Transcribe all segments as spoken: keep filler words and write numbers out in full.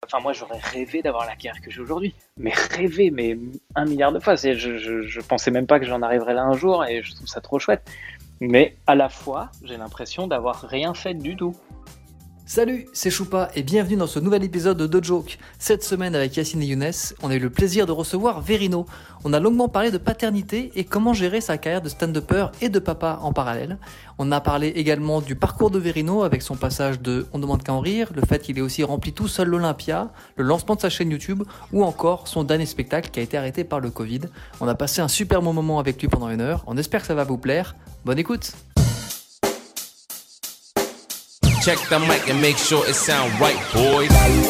Enfin, moi, j'aurais rêvé d'avoir la carrière que j'ai aujourd'hui. Mais rêvé, mais un milliard de fois. C'est, je, je, je pensais même pas que j'en arriverais là un jour et je trouve ça trop chouette. Mais à la fois, j'ai l'impression d'avoir rien fait du tout. Salut, c'est Choupa et bienvenue dans ce nouvel épisode de The Joke. Cette semaine avec Yacine et Younes, on a eu le plaisir de recevoir Verino. On a longuement parlé de paternité et comment gérer sa carrière de stand-upper et de papa en parallèle. On a parlé également du parcours de Verino avec son passage de On demande qu'à en rire, le fait qu'il ait aussi rempli tout seul l'Olympia, le lancement de sa chaîne YouTube ou encore son dernier spectacle qui a été arrêté par le Covid. On a passé un super bon moment avec lui pendant une heure. On espère que ça va vous plaire. Bonne écoute. Check the mic and make sure it sound right, boys.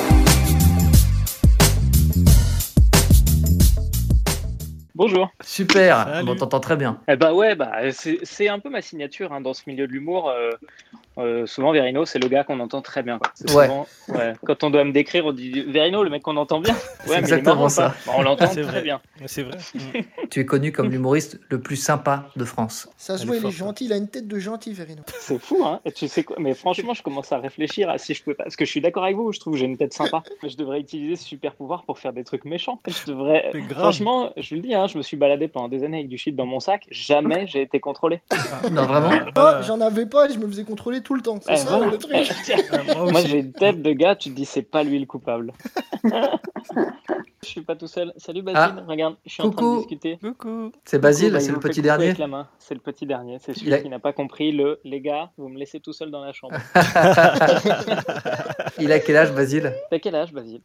Bonjour. Super, Salut. on t'entend très bien. Eh bah ouais, bah, c'est, c'est un peu ma signature hein, dans ce milieu de l'humour. Euh, euh, souvent, Verino, c'est le gars qu'on entend très bien. Quoi. C'est Ouais. souvent, ouais. Quand on doit me décrire, on dit Verino, le mec qu'on entend bien. C'est Ouais, mais exactement il est marrant, ça. pas Bah, on l'entend C'est très vrai. bien. C'est vrai. Tu es connu comme l'humoriste le plus sympa de France. Ça se Elle voit, est il est forte, gentil, il a une tête de gentil, Verino. C'est fou, hein. Et tu sais quoi Mais franchement, je commence à réfléchir à si je pouvais pas. Parce que je suis d'accord avec vous, je trouve que j'ai une tête sympa. Mais je devrais utiliser ce super pouvoir pour faire des trucs méchants. Je devrais. C'est grave. Franchement, je vous le dis, hein, je me suis baladé pendant des années avec du shit dans mon sac. Jamais j'ai été contrôlé. Non, vraiment. Voilà. Oh, j'en avais pas et je me faisais contrôler tout le temps. C'est Eh, ça voilà. le truc. Euh, moi Moi, aussi. j'ai une tête de gars, tu te dis, c'est pas lui le coupable. Je suis pas tout seul. Salut Basile, Ah, regarde, je suis en train coucou. de discuter. Coucou. C'est Basile, Coucou, bah, il c'est vous le fait petit coucou dernier. avec la main. C'est le petit dernier, c'est celui Il a- qui n'a pas compris le les gars, vous me laissez tout seul dans la chambre. Il a quel âge, Basile? T'as quel âge, Basile?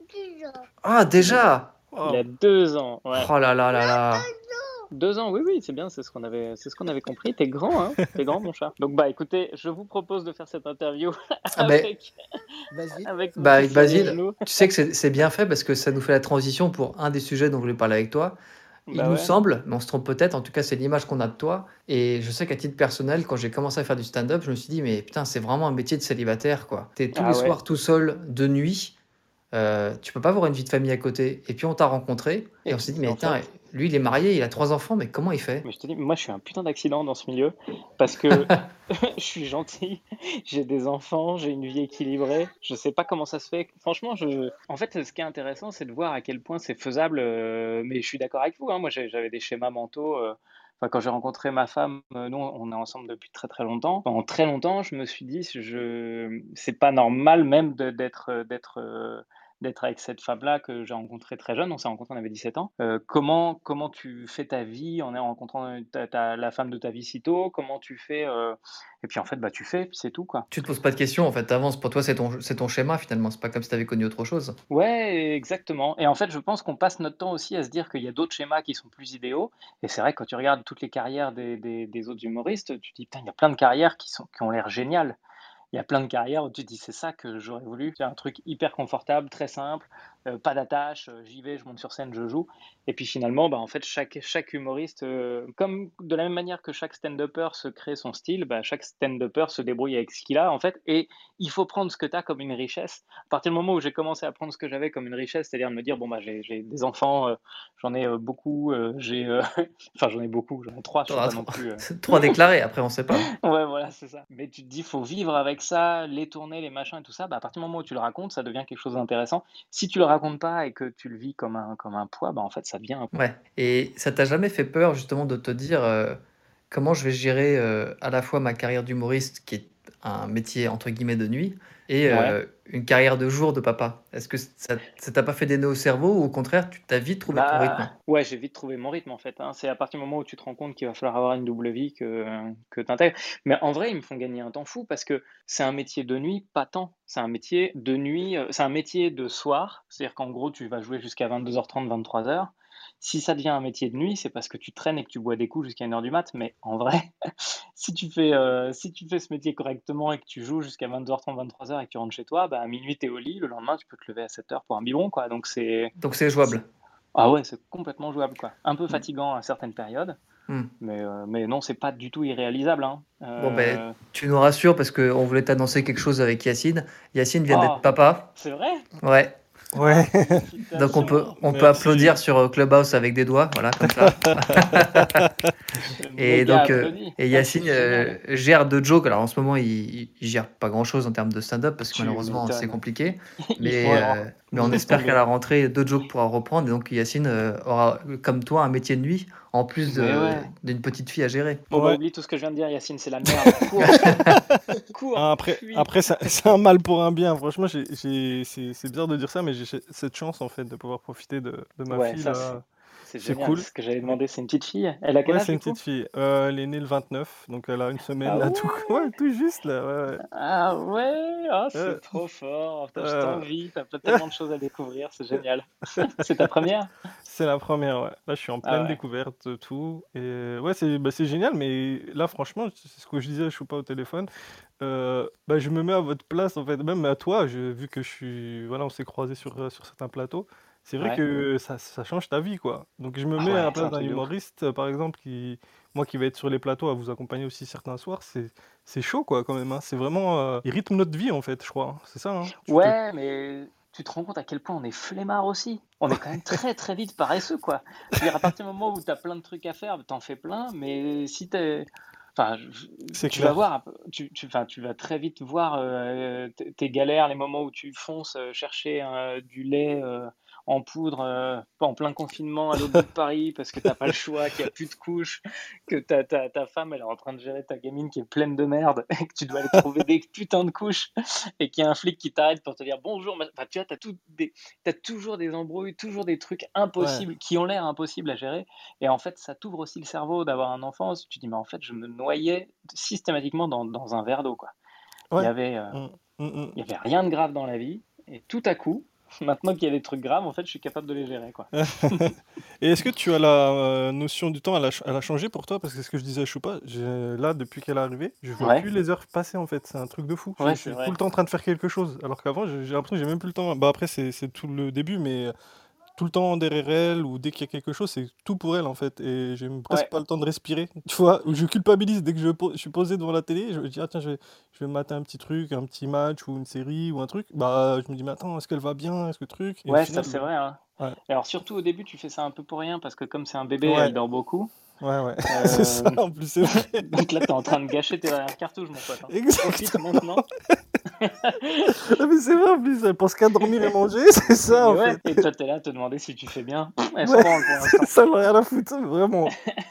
Ah, déjà. Oh. Il a deux ans. Ouais. Oh là là là là. Deux ans, oui, oui, c'est bien, c'est ce qu'on avait, c'est ce qu'on avait compris. T'es grand, hein, t'es grand, mon chat. Donc, bah, écoutez, je vous propose de faire cette interview Ah, ben, avec, Vas-y. avec mon bah, fils avec sur les Basile, genoux. tu sais que c'est c'est bien fait parce que ça nous fait la transition pour un des sujets dont je voulais parler avec toi. Il Bah nous ouais. semble, mais on se trompe peut-être, en tout cas c'est l'image qu'on a de toi. Et je sais qu'à titre personnel, quand j'ai commencé à faire du stand-up, je me suis dit, mais putain, c'est vraiment un métier de célibataire, quoi. T'es tous Ah les ouais. soirs tout seul de nuit, euh, tu peux pas avoir une vie de famille à côté. Et puis on t'a rencontré, et Et on s'est dit, puis, mais en putain, fait, lui il est marié, il a trois enfants, mais comment il fait? mais je te dis, moi, je suis un putain d'accident dans ce milieu parce que je suis gentil, j'ai des enfants, j'ai une vie équilibrée. Je sais pas comment ça se fait. Franchement, je. En fait, ce qui est intéressant, c'est de voir à quel point c'est faisable. euh, Mais je suis d'accord avec vous. Hein. Moi, j'ai- j'avais des schémas mentaux. euh, Enfin, quand j'ai rencontré ma femme, euh, nous, on est ensemble depuis très très longtemps. Pendant très longtemps, je me suis dit, je, c'est pas normal même de- d'être euh, d'être euh, d'être avec cette femme-là que j'ai rencontrée très jeune. On s'est rencontrés, on avait dix-sept ans. Euh, comment comment tu fais ta vie en rencontrant ta, ta- la femme de ta vie si tôt? Comment tu fais euh, Et puis en fait, bah tu fais, puis c'est tout quoi. Tu te poses pas de questions, en fait, t'avances. Pour toi, c'est ton, c'est ton schéma finalement. C'est pas comme si t'avais connu autre chose. Ouais, exactement. Et en fait, je pense qu'on passe notre temps aussi à se dire qu'il y a d'autres schémas qui sont plus idéaux. Et c'est vrai que quand tu regardes toutes les carrières des, des, des autres humoristes, tu te dis, putain, il y a plein de carrières qui sont, qui ont l'air géniales. Il y a plein de carrières où tu te dis, c'est ça que j'aurais voulu. C'est un truc hyper confortable, très simple, euh, pas d'attache, euh, j'y vais, je monte sur scène, je joue. Et puis finalement, bah, en fait, chaque, chaque humoriste, euh, comme de la même manière que chaque stand-upper se crée son style, bah, chaque stand-upper se débrouille avec ce qu'il a, en fait. Et il faut prendre ce que tu as comme une richesse. À partir du moment où j'ai commencé à prendre ce que j'avais comme une richesse, c'est-à-dire de me dire, bon, bah, j'ai, j'ai des enfants, euh, j'en ai euh, beaucoup, euh, j'ai, euh, enfin, j'en ai beaucoup, j'en ai trois, je T'en suis as pas non trois, plus. euh, trois déclarés, après on sait pas. Ouais, voilà, c'est ça. Mais tu te dis, faut vivre avec ça, les tournées, les machins et tout ça. Bah, à partir du moment où tu le racontes, ça devient quelque chose d'intéressant. Si tu le racontes pas et que tu le vis comme un, comme un poids, bah, en fait, ça devient un poids. Ouais. Et ça t'a jamais fait peur justement de te dire euh, comment je vais gérer euh, à la fois ma carrière d'humoriste, qui est un métier entre guillemets de nuit, et Ouais. euh, une carrière de jour de papa? Est-ce que ça, ça t'a pas fait des nœuds au cerveau ou au contraire, tu t'as vite trouvé ton rythme? Bah, ouais, j'ai vite trouvé mon rythme en fait. hein. C'est à partir du moment où tu te rends compte qu'il va falloir avoir une double vie que, que tu intègres. Mais en vrai, ils me font gagner un temps fou parce que c'est un métier de nuit, pas tant. C'est un métier de nuit, euh, c'est un métier de soir. C'est-à-dire qu'en gros, tu vas jouer jusqu'à vingt-deux heures trente, vingt-trois heures. Si ça devient un métier de nuit, c'est parce que tu traînes et que tu bois des coups jusqu'à une heure du mat. Mais en vrai, si tu fais, euh, si tu fais ce métier correctement et que tu joues jusqu'à vingt-deux heures trente, vingt-trois heures et que tu rentres chez toi, bah, à minuit, tu es au lit. Le lendemain, tu peux te lever à sept heures pour un biberon, quoi. Donc c'est. Donc c'est c'est- jouable. Ah ouais, c'est complètement jouable, quoi. Un peu Mm. fatigant à certaines périodes, Mm. mais, euh, mais non, c'est pas du tout irréalisable, hein. Bon ben, Euh, tu nous rassures parce qu'on voulait t'annoncer quelque chose avec Yacine. Yacine vient d'être Oh, papa. c'est vrai? Ouais. Ouais. Donc on peut, on peut Merci. applaudir sur euh, Clubhouse avec des doigts, voilà, comme ça. Et Méga donc, euh, applaudi. et Ah, Yacine c'est génial. euh, gère de joke. Alors en ce moment, il, il- il gère pas grand-chose en termes de stand-up parce que Tu malheureusement, c'est m'étonnes. compliqué. Il Mais, faut euh, mais on laisse espère tomber. qu'à la rentrée, de joke pourra reprendre. Et donc Yacine euh, aura, comme toi, un métier de nuit en plus Mais de- ouais. d'une petite fille à gérer. Bon bah Ouais. oublie tout ce que je viens de dire, Yacine, c'est la merde. Cours, cours, Ah, après, fuis. après ça- c'est un mal pour un bien. Franchement, j'ai, j'ai- c'est, c'est bizarre de dire ça, mais j'ai ch- cette chance en fait de pouvoir profiter de, de ma Ouais, fille ça c'est là. c'est C'est génial. cool. Ce que j'avais Ouais, demandé, c'est une petite fille. Elle a quel Ouais, âge c'est du une coup? petite fille. Euh, elle est née le vingt-neuf, donc elle a une semaine Ah là, ouais? tout, ouais, tout juste là. Ouais, ouais. Ah ouais? Ah, Euh, c'est trop fort. Putain, je euh, t'envie. T'as pas tellement de choses à découvrir, c'est génial. C'est ta première? c'est la première, ouais. Là, je suis en Ah pleine ouais. découverte de tout. Et euh, ouais, c'est bah, c'est génial, mais là, franchement, c'est ce que je disais, je suis pas au téléphone. Euh, bah, je me mets à votre place, en fait, même à toi, je- vu que je suis. Voilà, on s'est croisés sur, euh, sur certains plateaux. C'est vrai Ouais. que ça, ça change ta vie, quoi. Donc, je me Ah mets à la ouais, c'est place un d'un truc de ouf. humoriste, euh, par exemple, qui, moi qui vais être sur les plateaux à vous accompagner aussi certains soirs, c'est c'est chaud, quoi, quand même, hein. C'est vraiment. Euh, il rythme notre vie, en fait, je crois, hein. C'est ça, hein. Tu te. Ouais, mais tu te rends compte à quel point on est flemmard aussi. On est quand même très très vite paresseux, quoi. Je veux dire, à partir du moment où tu as plein de trucs à faire, t'en fais plein, mais si t'es... Enfin, je- C'est tu vas clair. voir, tu, tu, enfin, tu vas très vite voir euh, tes tes galères, les moments où tu fonces euh, chercher euh, du lait euh, en poudre euh, en plein confinement à l'autre bout de Paris parce que t'as pas le choix, qu'il n'y a plus de couches, que ta, ta, ta femme elle est en train de gérer ta gamine qui est pleine de merde et que tu dois aller trouver des putains de couches et qu'il y a un flic qui t'arrête pour te dire bonjour. ma- Enfin, tu vois, t'as tout des, t'as toujours des embrouilles, toujours des trucs Ouais. impossibles qui ont l'air impossibles à gérer. Et en fait, ça t'ouvre aussi le cerveau d'avoir un enfant. Tu te dis, mais en fait, je me noyais systématiquement dans, dans un verre d'eau, quoi. Il y Ouais. avait, euh, Mm, mm, mm. il y avait rien de grave dans la vie. Et tout à coup, maintenant qu'il y a des trucs graves, en fait, je suis capable de les gérer, quoi. Et est-ce que tu as la euh, notion du temps, elle a, ch- elle a changé pour toi? Parce que c'est ce que je disais à Choupa, j'ai- là, depuis qu'elle est arrivée, je vois Ouais, plus les heures passer en fait. C'est un truc de fou. Je, ouais, je c'est suis tout vrai. le temps en train de faire quelque chose. Alors qu'avant, j'ai j'ai l'impression que j'ai même plus le temps. Bah après, c'est c'est tout le début, mais tout le temps derrière elle ou dès qu'il y a quelque chose, c'est tout pour elle en fait. Et j'ai presque Ouais, pas le temps de respirer. Tu vois, où je culpabilise dès que je, po- je suis posé devant la télé. Je me dis, ah tiens, je vais, je vais mater un petit truc, un petit match ou une série ou un truc. Bah, je me dis, mais attends, est-ce qu'elle va bien? Est-ce que truc? Et au ouais, ça final, c'est vrai, hein. ouais. Et alors surtout au début, tu fais ça un peu pour rien parce que comme c'est un bébé, Ouais, elle dort beaucoup. ouais, ouais. C'est ça Euh, en plus, c'est vrai. donc là, t'es en train de gâcher tes dernières cartouches, mon pote, hein. Profite Exactement. maintenant. Ah, mais c'est vrai en plus, elle pense qu'à dormir et manger, c'est ça Mais en ouais, fait. et toi, t'es là à te demander si tu fais bien. Elle se Ouais, branle pour c'est l'instant. ça, j'en ai rien à foutre, vraiment.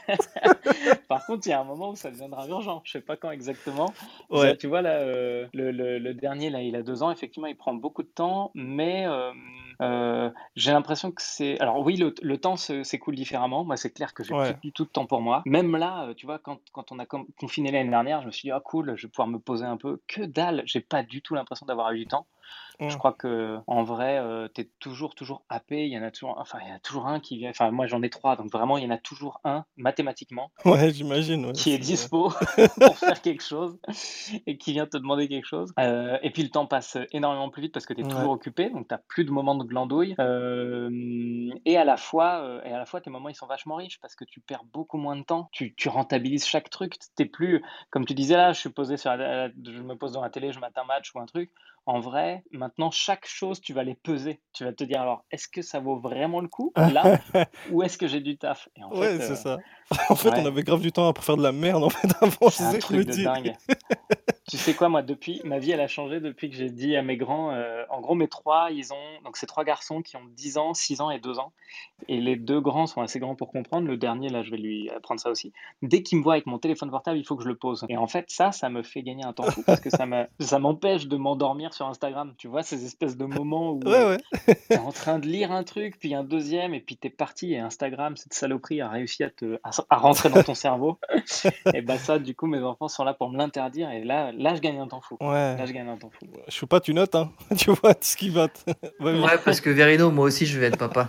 Par contre, il y a un moment où ça deviendra urgent. Je sais pas quand exactement. J'ai- Ouais, Tu vois, là, euh, le, le- le dernier, là, il a deux ans. Effectivement, il prend beaucoup de temps, mais euh, euh, j'ai l'impression que c'est. Alors, oui, le, le temps se- s'écoule différemment. Moi, c'est clair que j'ai plus ouais. du tout de temps pour moi. Même là, euh, tu vois, quand, quand on a com- confiné l'année dernière, je me suis dit, ah, cool, je vais pouvoir me poser un peu. Que dalle, j'ai pas du tout l'impression d'avoir eu du temps. Je Hum. crois que en vrai, euh, t'es toujours, toujours happé. Il y en a toujours, enfin, il y en a toujours un qui vient. Enfin, moi, j'en ai trois, donc vraiment, il y en a toujours un mathématiquement Ouais, j'imagine, ouais, qui est c'est... euh, dispo pour faire quelque chose et qui vient te demander quelque chose. Euh, et puis le temps passe énormément plus vite parce que tu es Ouais, toujours occupé, donc tu plus de moments de glandouille. Euh, et à la fois, euh, et à la fois tes moments ils sont vachement riches parce que tu perds beaucoup moins de temps. Tu, tu rentabilises chaque truc. T'es plus, comme tu disais là, je suis posé sur, la- je me pose dans la télé, je mate un match ou un truc. En vrai, maintenant chaque chose tu vas les peser. Tu vas te dire alors est-ce que ça vaut vraiment le coup là ou est-ce que j'ai du taf? Et en ouais, fait, c'est euh, ça. En fait, on ouais, avait grave du temps pour faire de la merde, en fait, avant, c'est c'est un ça que je me truc de dis. dingue. Tu sais quoi, moi, depuis, ma vie, elle a changé depuis que j'ai dit à mes grands, euh, en gros, mes trois, ils ont, donc c'est trois garçons qui ont dix ans, six ans et deux ans. Et les deux grands sont assez grands pour comprendre. Le dernier, là, je vais lui apprendre ça aussi. Dès qu'il me voit avec mon téléphone portable, il faut que je le pose. Et en fait, ça, ça me fait gagner un temps fou parce que ça me- ça m'empêche de m'endormir sur Instagram. Tu vois, ces espèces de moments où Ouais, euh, ouais. t'es en train de lire un truc, puis un deuxième, et puis t'es parti. Et Instagram, cette saloperie a réussi à te, à, à rentrer dans ton cerveau. Et bah ça, du coup, mes enfants sont là pour me l'interdire. Et là, là, je gagne un temps fou. Ouais. Là, je gagne un temps fou. Je suis pas, tu notes, hein. Tu vois ce qui va. Bah oui. Ouais, parce que Verino, moi aussi, je vais être papa.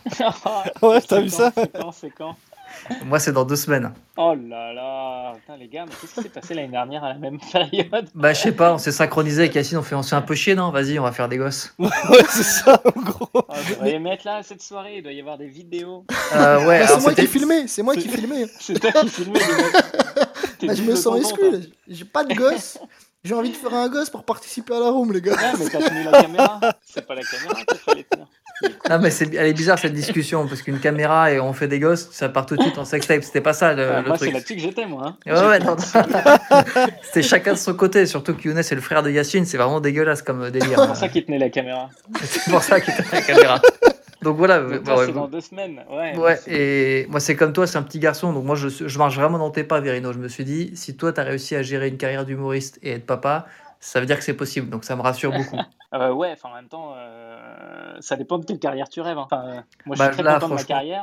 Ouais, t'as C'est vu quand, ça? c'est quand, c'est quand? Moi, c'est dans deux semaines. Oh là là, putain les gars, mais qu'est-ce qui s'est passé l'année dernière à la même période? Bah, je sais pas, on s'est synchronisé avec Yacine, on fait, on se fait un peu chier, non? Vas-y, on va faire des gosses. Ouais, c'est ça, en gros. Oh, vous devriez mettre là cette soirée, il doit y avoir des vidéos. Euh, ouais, Bah, alors c'est moi qui c'était. filmais, c'est moi c'est- qui filmais. C'est toi qui filmais les mecs. T'es Bah, je me double sens content, exclu. toi. là. J'ai pas de gosse. J'ai envie de faire un gosse pour participer à la room, les gars. Ouais, mais t'as tenu la caméra. C'est pas la caméra qu'il fallait tenir. Il est con, Ah, mais ce c'est, elle est bizarre cette discussion parce qu'une caméra et on fait des gosses, ça part tout de suite en sextape. C'était pas ça le, Ah, le moi, c'est truc. là-dessus que j'étais, moi. Hein. Ouais, ouais, J'ai non, pas non. de- C'était chacun de son côté. Surtout que Younes est le frère de Yacine, c'est vraiment dégueulasse comme délire. C'est pour ça qu'il tenait la caméra. C'est pour ça qu'il était la caméra. Donc voilà. Donc bah, toi, ouais, c'est vous- dans deux semaines. Ouais, moi, Ouais, c'est... et moi c'est comme toi, c'est un petit garçon, donc moi je, suis- je marche vraiment dans tes pas, Verino. Je me suis dit, si toi t'as réussi à gérer une carrière d'humoriste et être papa, ça veut dire que c'est possible, donc ça me rassure beaucoup. Euh, ouais, enfin, en même temps, euh, ça dépend de quelle carrière tu rêves. Hein. Enfin, euh, moi, je suis Bah très là, content de ma franchement, carrière,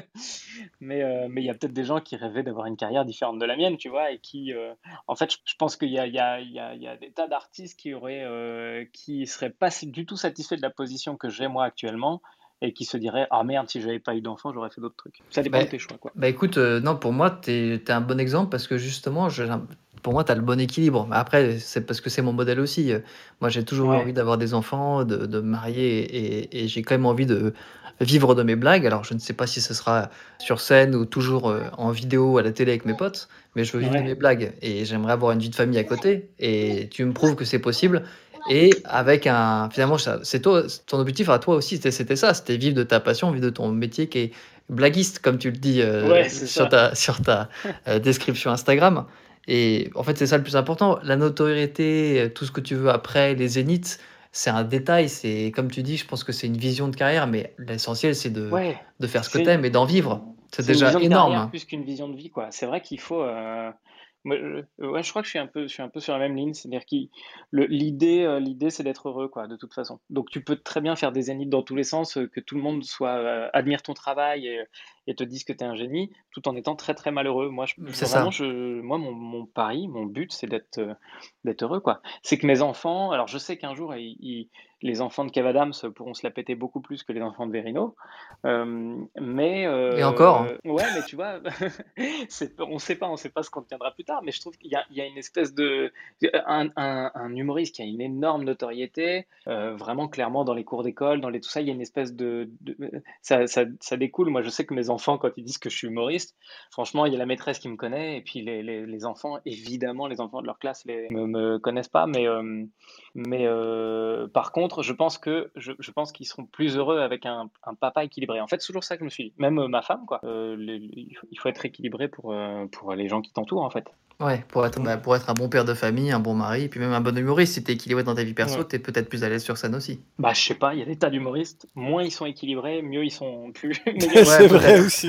mais euh, mais il y a peut-être des gens qui rêvaient d'avoir une carrière différente de la mienne, tu vois, et qui, euh, en fait, je, je pense qu'il y a, il y a, il y a, il y a des tas d'artistes qui auraient, euh, qui seraient pas si- du tout satisfaits de la position que j'ai moi actuellement, et qui se diraient, ah merde, si j'avais pas eu d'enfant, j'aurais fait d'autres trucs. Ça dépend bah, de tes choix, quoi. bah écoute, euh, non, pour moi, t'es, t'es un bon exemple parce que justement, je- pour moi, t'as le bon équilibre. Mais après, c'est parce que c'est mon modèle aussi. Euh, Moi, j'ai toujours eu Ouais, envie d'avoir des enfants, de, de me marier et, et j'ai quand même envie de vivre de mes blagues. Alors, je ne sais pas si ce sera sur scène ou toujours euh, en vidéo à la télé avec mes potes, mais je veux vivre de mes ouais, blagues et j'aimerais avoir une vie de famille à côté. Et tu me prouves que c'est possible. Et avec un, finalement, ça- c'est toi, ton objectif à toi aussi, c'était c'était ça, c'était vivre de ta passion, vivre de ton métier qui est blaguiste, comme tu le dis ouais, euh, c'est sur ça. ta, sur ta euh, description Instagram. Et en fait, c'est ça le plus important. La notoriété, euh, tout ce que tu veux après, les zéniths, c'est un détail. C'est comme tu dis, je pense que c'est une vision de carrière, mais l'essentiel, c'est de, Ouais, de faire ce que tu c'est aimes et d'en vivre. C'est c'est une déjà vision de carrière énorme. plus qu'une vision de vie, quoi. C'est vrai qu'il faut. euh, moi, je, ouais, je crois que je suis un peu, je suis un peu sur la même ligne. C'est-à-dire que l'idée, euh, l'idée, c'est d'être heureux, quoi, de toute façon. Donc, tu peux très bien faire des zéniths dans tous les sens, euh, que tout le monde soit euh, admire ton travail et, et te dise que tu es un génie, tout en étant très très malheureux. Moi, je, C'est vraiment, ça. je, moi, mon, mon pari, mon but, c'est d'être, euh, d'être heureux, quoi. C'est que mes enfants. Alors, je sais qu'un jour, ils- ils- les enfants de Kev Adams pourront se la péter beaucoup plus que les enfants de Verino. Euh, mais Et encore, hein. euh, ouais, mais tu vois, c'est, on sait pas, on sait pas ce qu'on deviendra plus tard. Mais je trouve qu'il y a, il y a une espèce de un, un- un humoriste qui a une énorme notoriété, euh, vraiment clairement dans les cours d'école, dans les tout ça, il y a une espèce de, de- ça, ça, ça découle. Moi, je sais que mes enfants, quand ils disent que je suis humoriste, franchement, il y a la maîtresse qui me connaît et puis les, les, les enfants, évidemment, les enfants de leur classe les, me, me connaissent pas, mais euh, mais euh, par contre, je pense que je, je pense qu'ils seront plus heureux avec un, un papa équilibré. En fait, c'est toujours ça que je me suis dit. Même euh, ma femme, quoi. Euh, les- il faut il faut être équilibré pour, euh, pour les gens qui t'entourent, en fait. Ouais, pour être, bah, pour être un bon père de famille, un bon mari, et puis même un bon humoriste. Si t'es équilibré dans ta vie perso, Ouais. t'es peut-être plus à l'aise sur scène aussi. Bah, je sais pas, il y a des tas d'humoristes. Moins ils sont équilibrés, mieux ils sont plus meilleurs. Ouais, C'est vrai peut-être. aussi.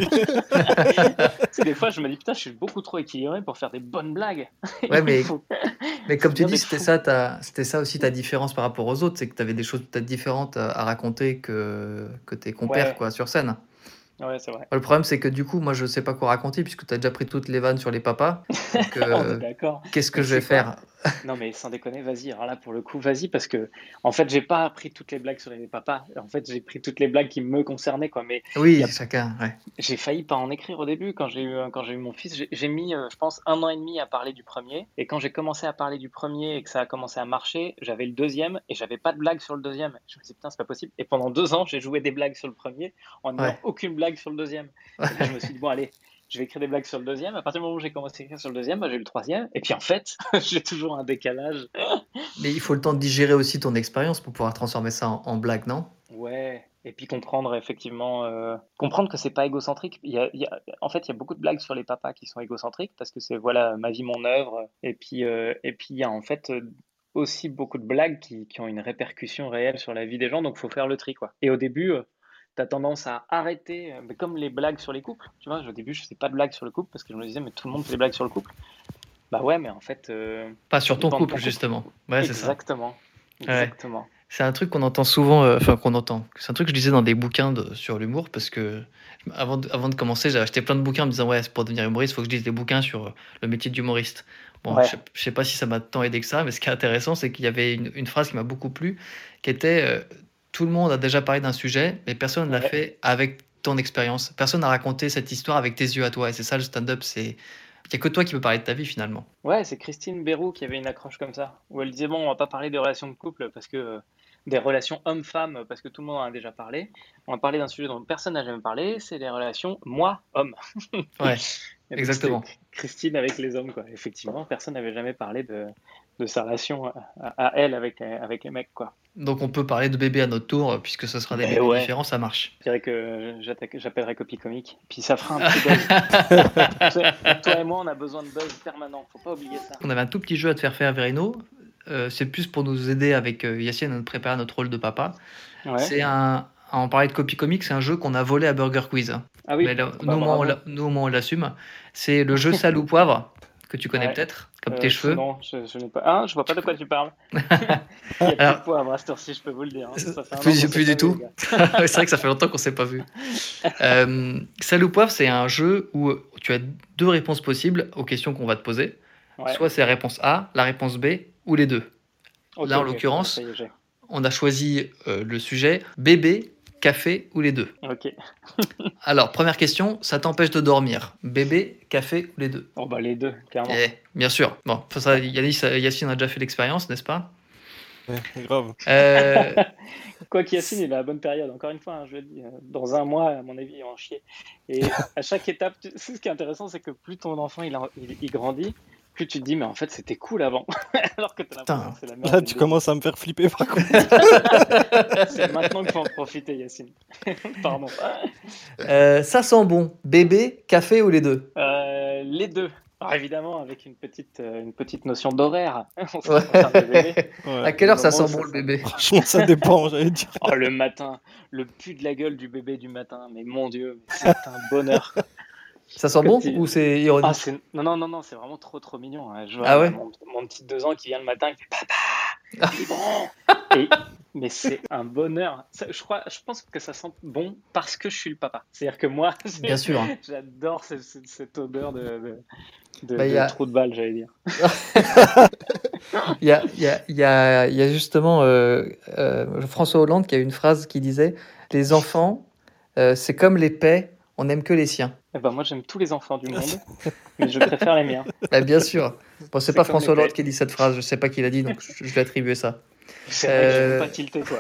Tu sais, des fois, je me dis, putain, je suis beaucoup trop équilibré pour faire des bonnes blagues. Ouais, Il mais faut, Mais faut comme tu bien dis, d'être c'était fou. ça, ta, c'était ça aussi ta différence par rapport aux autres, c'est que tu avais des choses peut-être différentes à, à raconter que, que tes compères Ouais, quoi, sur scène. ouais, c'est vrai. Le problème, c'est que du coup, moi, je sais pas quoi raconter puisque tu as déjà pris toutes les vannes sur les papas. Donc, On est euh, d'accord. qu'est-ce que Mais je tu vais sais quoi? faire? Non, mais sans déconner, vas-y. Alors là, pour le coup, vas-y, parce que, en fait, j'ai pas appris toutes les blagues sur les papas. En fait, j'ai pris toutes les blagues qui me concernaient, quoi. Mais il y Oui, a chacun, ouais. j'ai failli pas en écrire au début quand j'ai eu, quand j'ai eu mon fils. J'ai j'ai mis, euh, je pense, un an et demi à parler du premier. Et quand j'ai commencé à parler du premier et que ça a commencé à marcher, j'avais le deuxième et j'avais pas de blague sur le deuxième. Je me suis dit, putain, c'est pas possible. Et pendant deux ans, j'ai joué des blagues sur le premier en n'ayant Ouais. aucune blague sur le deuxième. Et là, je me suis dit, bon, allez, je vais écrire des blagues sur le deuxième. À partir du moment où j'ai commencé à écrire sur le deuxième, bah, j'ai eu le troisième. Et puis en fait, j'ai toujours un décalage. Mais il faut le temps de digérer aussi ton expérience pour pouvoir transformer ça en, en blague, non? Ouais, et puis comprendre effectivement, euh, comprendre que c'est pas égocentrique. Il y a, il y a- en fait, il y a beaucoup de blagues sur les papas qui sont égocentriques parce que c'est voilà ma vie, mon œuvre. Et puis, euh, et puis il y a en fait euh, aussi beaucoup de blagues qui, qui ont une répercussion réelle sur la vie des gens. Donc, faut faire le tri, quoi. Et au début, euh, t'as tendance à arrêter, euh, mais comme les blagues sur les couples. Tu vois, au début, je faisais pas de blagues sur le couple parce que je me disais, mais tout le monde fait des blagues sur le couple. Bah ouais, mais en fait, euh, Pas ça sur ton dépend de couple, ton couple. justement. Ouais, c'est ça. Exactement, Ouais. exactement. C'est un truc qu'on entend souvent, euh, enfin qu'on entend. C'est un truc que je lisais dans des bouquins de- sur l'humour parce que avant de, avant de commencer, j'ai acheté plein de bouquins en me disant ouais, c'est pour devenir humoriste, il faut que je lise des bouquins sur euh, le métier d'humoriste. Bon, je Ouais, sais, je sais pas si ça m'a tant aidé que ça, mais ce qui est intéressant, c'est qu'il y avait une, une phrase qui m'a beaucoup plu, qui était euh, tout le monde a déjà parlé d'un sujet, mais personne ne l'a ouais. fait avec ton expérience. Personne n'a raconté cette histoire avec tes yeux à toi. Et c'est ça le stand-up, c'est il y a que toi qui peux parler de ta vie finalement. Ouais, c'est Christine Béroux qui avait une accroche comme ça, où elle disait, bon, on va pas parler des relations de couple parce que euh, des relations homme-femme parce que tout le monde en a déjà parlé. On va parler d'un sujet dont personne n'a jamais parlé, c'est les relations moi-homme. Ouais, Et donc c'était exactement. Christine avec les hommes, quoi. Effectivement, personne n'avait jamais parlé de, de sa relation à, à elle avec, avec les mecs, quoi. Donc on peut parler de bébé à notre tour, puisque ce sera des Mais bébés ouais. différents, ça marche. Je dirais que j'attaque- j'appellerai Copie Comique. Puis ça fera un petit buzz. Tu sais, Toi et moi, on a besoin de buzz permanent. Faut pas oublier ça. On avait un tout petit jeu à te faire faire, Verino. Euh, c'est plus pour nous aider avec euh, Yacine à nous préparer notre rôle de papa. Ouais. C'est un. On parlait de Copy Comics, c'est un jeu qu'on a volé à Burger Quiz. Ah oui. Mais là, Bah, nous, au moins, on bravo. l'a- nous, au moins, on l'assume. C'est le jeu Sal ou Poivre, que tu connais Ouais. peut-être, comme Euh, tes cheveux. Non, je, je n'ai pas. Ah, je vois pas de quoi tu parles. Il y a plus Alors- de poivre à cette heure-ci, je peux vous le dire. hein. Ça fait un an Plus, qu'on plus s'est du pas vu, tout. les gars. C'est vrai que ça fait longtemps qu'on s'est pas vu. Euh, Sal ou Poivre, c'est un jeu où tu as deux réponses possibles aux questions qu'on va te poser. Ouais. Soit c'est la réponse A, la réponse B, ou les deux. Ok, là, en ok, l'occurrence, ça y est, j'ai. On a choisi euh, le sujet bébé, café ou les deux. Ok. Alors, première question, ça t'empêche de dormir. Bébé, café ou les deux? Oh bah les deux, clairement. Eh, bien sûr. Bon, pour ça, Yanis, Yacine a déjà fait l'expérience, n'est-ce pas? Ouais, grave. Euh, Quoi qu'Yacine, il est à la bonne période. Encore une fois, hein, je le dis, euh, dans un mois, à mon avis, il va en chier. Et à chaque étape, tu- ce qui est intéressant, c'est que plus ton enfant il, en- il, il grandit, plus tu te dis, mais en fait, c'était cool avant. Alors que t'as l'impression Putain. que c'est la merde. Là, du tu début. commences à me faire flipper par contre. C'est maintenant qu'il faut en profiter, Yacine. Pardon. euh, ça sent bon. Bébé, café ou les deux? Euh, les deux. Alors évidemment, avec une petite, euh, une petite notion d'horaire. On se Ouais. concerne le bébé. Ouais. À quelle heure ça Au moment sent où bon ça le sent bébé? Franchement, ça dépend, j'allais dire. Oh, le matin, le pu de la gueule du bébé du matin, mais mon Dieu, mais c'est un bonheur. Ça sent Quand bon il- ou c'est ironique? Ah, c'est... Non, non, non, non, c'est vraiment trop, trop mignon. hein. Je vois Ah ouais mon, mon petit deux ans qui vient le matin, qui fait Papa, il est bon. Et- Mais c'est un bonheur. Ça, je, crois, je pense que ça sent bon parce que je suis le papa. C'est-à-dire que moi, c'est- Bien sûr. j'adore cette, cette- cette odeur de, de, de, Bah, de y a- trou de balle, j'allais dire. Il y a, il y a- il y a- il y a justement euh, euh, François Hollande qui a une phrase qui disait « Les enfants, euh, c'est comme les paix, on n'aime que les siens Eh ben, moi, j'aime tous les enfants du monde, mais je préfère les miens. ». Bah, bien sûr. Bon, c'est C'est pas comme François les Hollande paix. qui a dit cette phrase, je sais pas qui l'a dit, donc je, je vais attribuer ça. C'est vrai que Euh, j'aime pas tilter, quoi.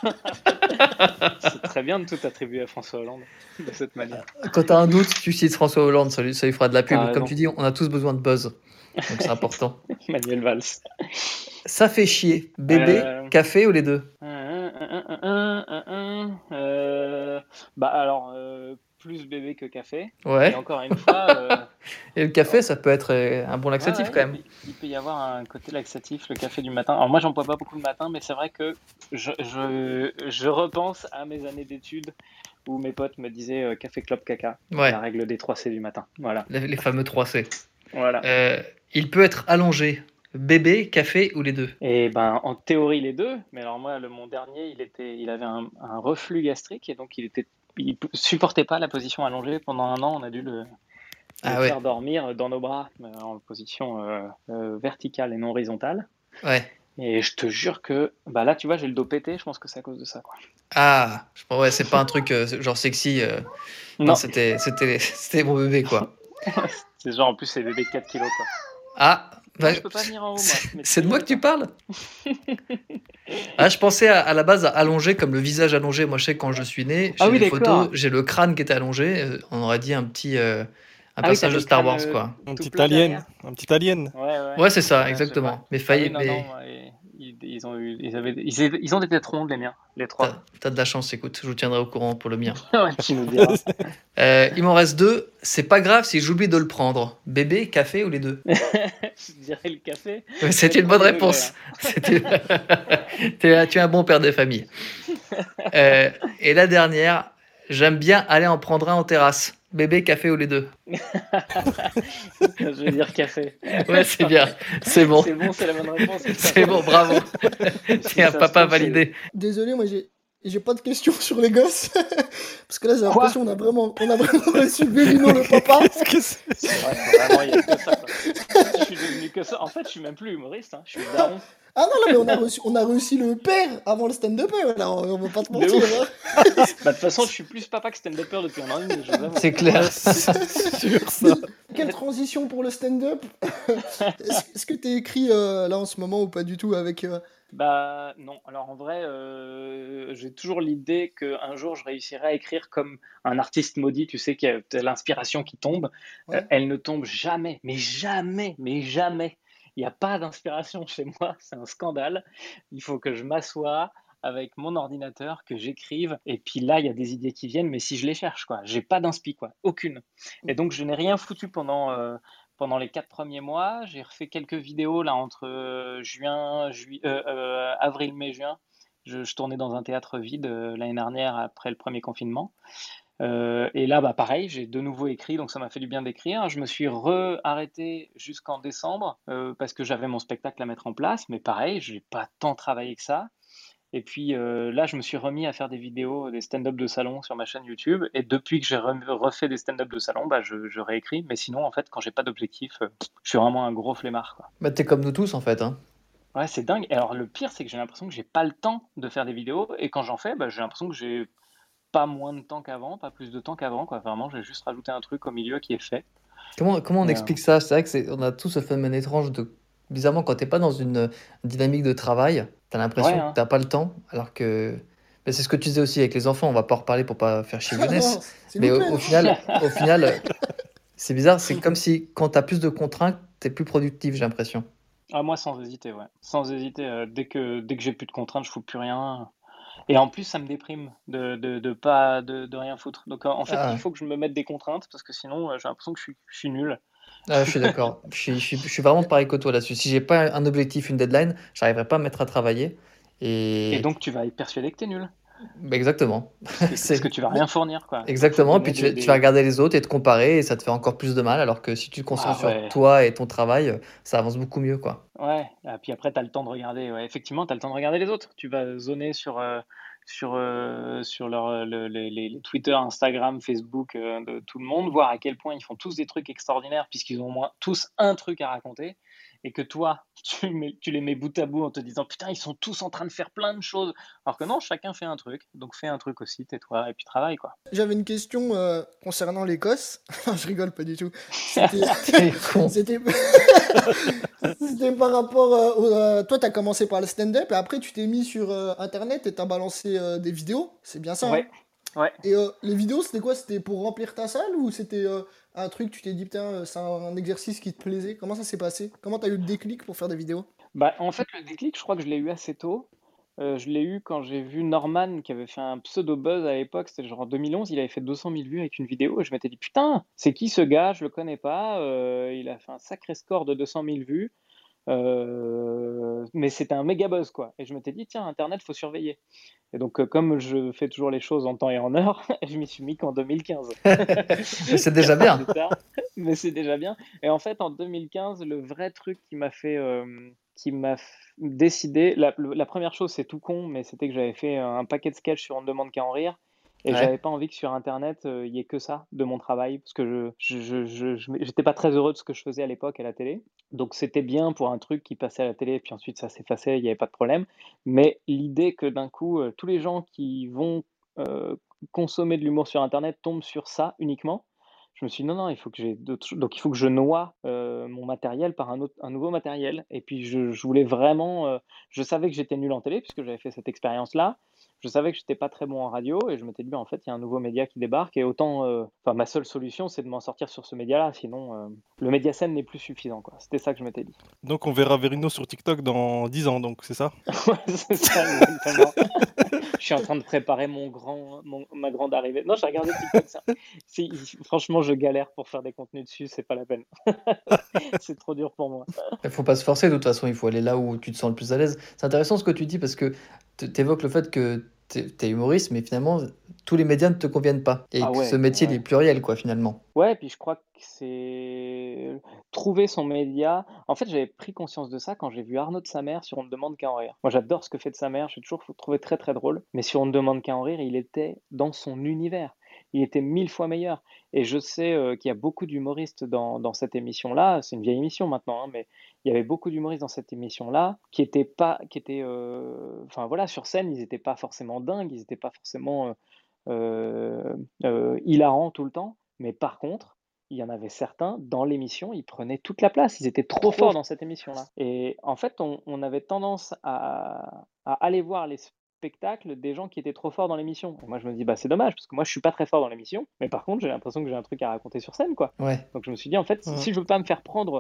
C'est très bien de tout attribuer à François Hollande de cette manière. Quand t'as un doute, tu cites François Hollande, ça lui, ça lui fera de la pub. T'as Comme raison. tu dis, on a tous besoin de buzz, donc c'est important. Manuel Valls. Ça fait chier. Bébé, Euh. café ou les deux? Un, un, un, un, un, un, euh, Bah alors, euh, plus bébé que café. Ouais. Et encore une fois, euh, Et le café, ça peut être euh, un bon laxatif ouais, ouais, quand même. Il, il peut y avoir un côté laxatif, le café du matin. Alors moi, j'en bois pas beaucoup le matin, mais c'est vrai que je, je, je repense à mes années d'études où mes potes me disaient euh, café, clope, caca. Ouais, La règle des trois C du matin. Voilà. les, les fameux trois C. Voilà. Euh, il peut être allongé. Bébé, café ou les deux? Et ben, en théorie, les deux. Mais alors moi, le, mon dernier, il, était, il avait un, un reflux gastrique et donc il était, il p- supportait pas la position allongée. Pendant un an, on a dû le, le Ah ouais. faire dormir dans nos bras euh, en position euh, euh, verticale et non horizontale. Ouais. Et je te jure que, bah là, tu vois, j'ai le dos pété. Je pense que c'est à cause de ça, quoi. Ah, je pense- ouais, c'est pas un truc euh, genre sexy. euh. Non, Non, c'était, c'était, c'était mon bébé quoi. c'est genre en plus c'est bébé de quatre kilos, quoi. Ah, Non, bah, je peux pas venir en haut, moi. c'est Mais c'est de moi que tu pas. parles? Ah, je pensais à, à la base à allongé comme le visage allongé. Moi, je sais que quand je suis né, j'ai Ah oui, des d'accord. photos, j'ai le crâne qui était allongé. euh, On aurait dit un petit, euh, un Ah oui, personnage t'avais de le Star crâne, Wars euh, quoi. Un tout petit plat alien. derrière. Un petit alien. Ouais, ouais. Ouais, c'est ça, Ouais, je sais exactement. pas. Mais Ah failli, oui, non, mais non, ouais, ils, ils ont eu, ils avaient, ils, avaient- ils ont des têtes rondes, les miens, les trois. t'as, t'as de la chance. Écoute, je vous tiendrai au courant pour le mien. Ouais, tu nous diras. Euh, il m'en reste deux. C'est pas grave si j'oublie de le prendre. Bébé, café ou les deux? Je dirais le café. Ouais, C'était une bonne Premier réponse. C'était- T'es- tu es un bon père de famille. Euh, et la dernière, j'aime bien aller en prendre un en terrasse. Bébé, café ou les deux? Je vais dire café. Ouais, c'est bien. C'est bon. C'est bon, c'est la bonne réponse. C'est bon, bravo. Si T'es un ça se papa trouve, c'est- validé. Désolé, moi j'ai j'ai pas de questions sur les gosses. Parce que là, j'ai Quoi l'impression qu'on a vraiment, on a vraiment reçu Vérino le papa. Qu'est-ce que c'est? C'est vrai que vraiment, il y a que ça, quoi. Je suis devenu que ça. En fait, je suis même plus humoriste, hein. Je suis daron. Ah non, non, mais on a, reçu, on a réussi le père avant le stand-upper. Là, on, on va pas te De mentir. ouf. Hein. Bah, de toute façon, je suis plus papa que stand-upper depuis un an et demi, je vous avoue. C'est clair. C'est sûr, ça. Quelle transition pour le stand-up. Est-ce est-ce que t'es écrit euh, là en ce moment ou pas du tout avec. euh, Bah non, alors en vrai, euh, j'ai toujours l'idée qu'un jour je réussirai à écrire comme un artiste maudit, tu sais, qui a t'as l'inspiration qui tombe, Ouais. Euh, elle ne tombe jamais, mais jamais, mais jamais. Il n'y a pas d'inspiration chez moi, c'est un scandale. Il faut que je m'assoie avec mon ordinateur, que j'écrive, et puis là, il y a des idées qui viennent, mais si je les cherche, quoi. J'ai pas d'inspi, quoi. Aucune. Et donc, je n'ai rien foutu pendant, euh, pendant les quatre premiers mois. J'ai refait quelques vidéos, là, entre euh, juin, jui- euh, euh, avril, mai, juin. Je, je tournais dans un théâtre vide euh, l'année dernière, après le premier confinement. Euh, et là, bah, pareil, j'ai de nouveau écrit, donc ça m'a fait du bien d'écrire. Je me suis re-arrêté jusqu'en décembre euh, parce que j'avais mon spectacle à mettre en place, mais pareil, j'ai pas tant travaillé que ça. Et puis euh, là, je me suis remis à faire des vidéos, des stand-up de salon sur ma chaîne YouTube. Et depuis que j'ai re- refait des stand-up de salon, bah, je, je réécris. Mais sinon, en fait, quand j'ai pas d'objectif, euh, je suis vraiment un gros flemmard, quoi. Bah, t'es comme nous tous en fait, hein. Ouais, c'est dingue. Et alors, le pire, c'est que j'ai l'impression que j'ai pas le temps de faire des vidéos. Et quand j'en fais, bah, j'ai l'impression que j'ai pas moins de temps qu'avant, pas plus de temps qu'avant, quoi. Vraiment, j'ai juste rajouté un truc au milieu qui est fait. Comment, comment on Et, euh, explique ça? C'est vrai que c'est, on a tous ce phénomène étrange de, bizarrement, quand t'es pas dans une euh, dynamique de travail, t'as ouais, l'impression que hein. t'as pas le temps, alors que, mais c'est ce que tu disais aussi avec les enfants, on va pas en reparler pour pas faire chier Younes, Non, s'il mais vous au, plaît, au non. final, au final, euh, c'est bizarre, c'est comme si quand t'as plus de contraintes, t'es plus productif, j'ai l'impression. Ah, moi, sans hésiter, ouais. Sans hésiter, euh, dès que, dès que j'ai plus de contraintes, je fous plus rien. Et en plus, ça me déprime de, de, de pas de, de rien foutre. Donc, en en fait, il Ah, faut que je me mette des contraintes parce que sinon, euh, j'ai l'impression que je suis, je suis nul. ah, je suis d'accord, je suis, je suis, je suis vraiment pareil que toi là-dessus. Si j'ai pas un objectif, une deadline, j'arriverai pas à me mettre à travailler. Et Et donc, tu vas être persuadé que t'es nul. bah, exactement, Parce que, parce que c'est tu vas Mais rien fournir, quoi. Donc, faut te exactement. Et puis donner tu des, vas, tu vas des... regarder les autres et te comparer et ça te fait encore plus de mal. Alors que si tu te concentres Ah sur ouais, toi et ton travail, ça avance beaucoup mieux, quoi. ouais. Et puis après, tu as le temps de regarder. Ouais. Effectivement, tu as le temps de regarder les autres. Tu vas zoner sur, euh, sur, euh, sur leur, euh, le- les, les- les Twitter, Instagram, Facebook euh, de tout le monde, voir à quel point ils font tous des trucs extraordinaires puisqu'ils ont au moins tous un truc à raconter. Et que toi, tu, mets- tu les mets bout à bout en te disant putain, ils sont tous en train de faire plein de choses. Alors que non, chacun fait un truc. Donc fais un truc aussi, tais-toi, et puis travaille, quoi. J'avais une question euh, concernant l'Écosse. Je rigole pas du tout. C'était, T'es con. c'était, c'était par rapport euh, au, euh, toi, t'as commencé par le stand-up et après tu t'es mis sur euh, Internet et t'as balancé euh, des vidéos. C'est bien ça, hein? Ouais, ouais. Et euh, les vidéos, c'était quoi? C'était pour remplir ta salle ou c'était euh, un truc, tu t'es dit, putain, euh, c'est un exercice qui te plaisait? Comment ça s'est passé? Comment t'as eu le déclic pour faire des vidéos? Bah, en fait, le déclic, je crois que je l'ai eu assez tôt. Euh, je l'ai eu quand j'ai vu Norman qui avait fait un pseudo buzz à l'époque, c'était genre en deux mille onze, il avait fait deux cent mille vues avec une vidéo et je m'étais dit putain, c'est qui ce gars? Je le connais pas. Euh, il a fait un sacré score de deux cent mille vues. Euh, mais c'était un méga buzz quoi. Et je m'étais dit tiens, Internet, faut surveiller. Et donc, euh, comme je fais toujours les choses en temps et en heure, je m'y suis mis qu'en deux mille quinze. Mais c'est déjà Quatre ans bien. plus tard, mais c'est déjà bien. Et en fait, en deux mille quinze, le vrai truc qui m'a fait, euh, qui m'a f- décidé, la, le- la première chose, c'est tout con, mais c'était que j'avais fait un paquet de sketchs sur On ne demande qu'à en rire. Et Ouais. j'avais pas envie que sur Internet, euh, il y ait que ça de mon travail, parce que je, je, je, je- je- j'étais pas très heureux de ce que je faisais à l'époque à la télé. Donc c'était bien pour un truc qui passait à la télé, et puis ensuite ça s'effaçait, il n'y avait pas de problème. Mais l'idée que d'un coup, euh, tous les gens qui vont euh, consommer de l'humour sur Internet tombent sur ça uniquement, je me suis dit non, non, il faut que j'ai d'autres choses. Donc il faut que je noie euh, mon matériel par un, autre, un nouveau matériel. Et puis je, je voulais vraiment. Euh, je savais que j'étais nul en télé, puisque j'avais fait cette expérience-là. Je savais que j'étais pas très bon en radio, et je m'étais dit, ben, en fait, il y a un nouveau média qui débarque, et autant. euh, Enfin, ma seule solution, c'est de m'en sortir sur ce média-là, sinon euh, le média scène n'est plus suffisant, quoi. C'était ça que je m'étais dit. Donc on verra Verino sur TikTok dans dix ans, donc c'est ça? Ouais, c'est ça, exactement. Je suis en train de préparer mon grand, mon- ma grande arrivée. Non, j'ai regardé TikTok, ça. Si- franchement, je galère pour faire des contenus dessus, c'est pas la peine. C'est trop dur pour moi. Il faut pas se forcer, de toute façon, il faut aller là où tu te sens le plus à l'aise. C'est intéressant ce que tu dis parce que tu évoques le fait que tu es humoriste, mais finalement, tous les médias ne te conviennent pas. Et Ah que ce ouais, métier, il est ouais. pluriel, quoi, finalement. Ouais, puis je crois que c'est trouver son média. En fait, j'avais pris conscience de ça quand j'ai vu Arnaud de Samer sur On ne demande qu'à en rire. Moi, j'adore ce que fait de Samer, j'ai toujours trouvé très très drôle. Mais sur On ne demande qu'à en rire, il était dans son univers. Il était mille fois meilleur. Et je sais euh, qu'il y a beaucoup d'humoristes dans, dans cette émission-là. C'est une vieille émission maintenant, hein, mais il y avait beaucoup d'humoristes dans cette émission-là qui étaient pas, qui étaient, euh, enfin voilà, sur scène, ils n'étaient pas forcément dingues, ils n'étaient pas forcément euh, euh, euh, hilarants tout le temps. Mais par contre, il y en avait certains dans l'émission, ils prenaient toute la place. Ils étaient trop forts dans cette émission-là. Et en fait, on, on avait tendance à, à aller voir les spectacles des gens qui étaient trop forts dans l'émission. Et moi, je me dis, bah, c'est dommage, parce que moi, je suis pas très fort dans l'émission. Mais par contre, j'ai l'impression que j'ai un truc à raconter sur scène, quoi. Ouais. Donc, je me suis dit, en fait, Mmh. si je veux pas me faire prendre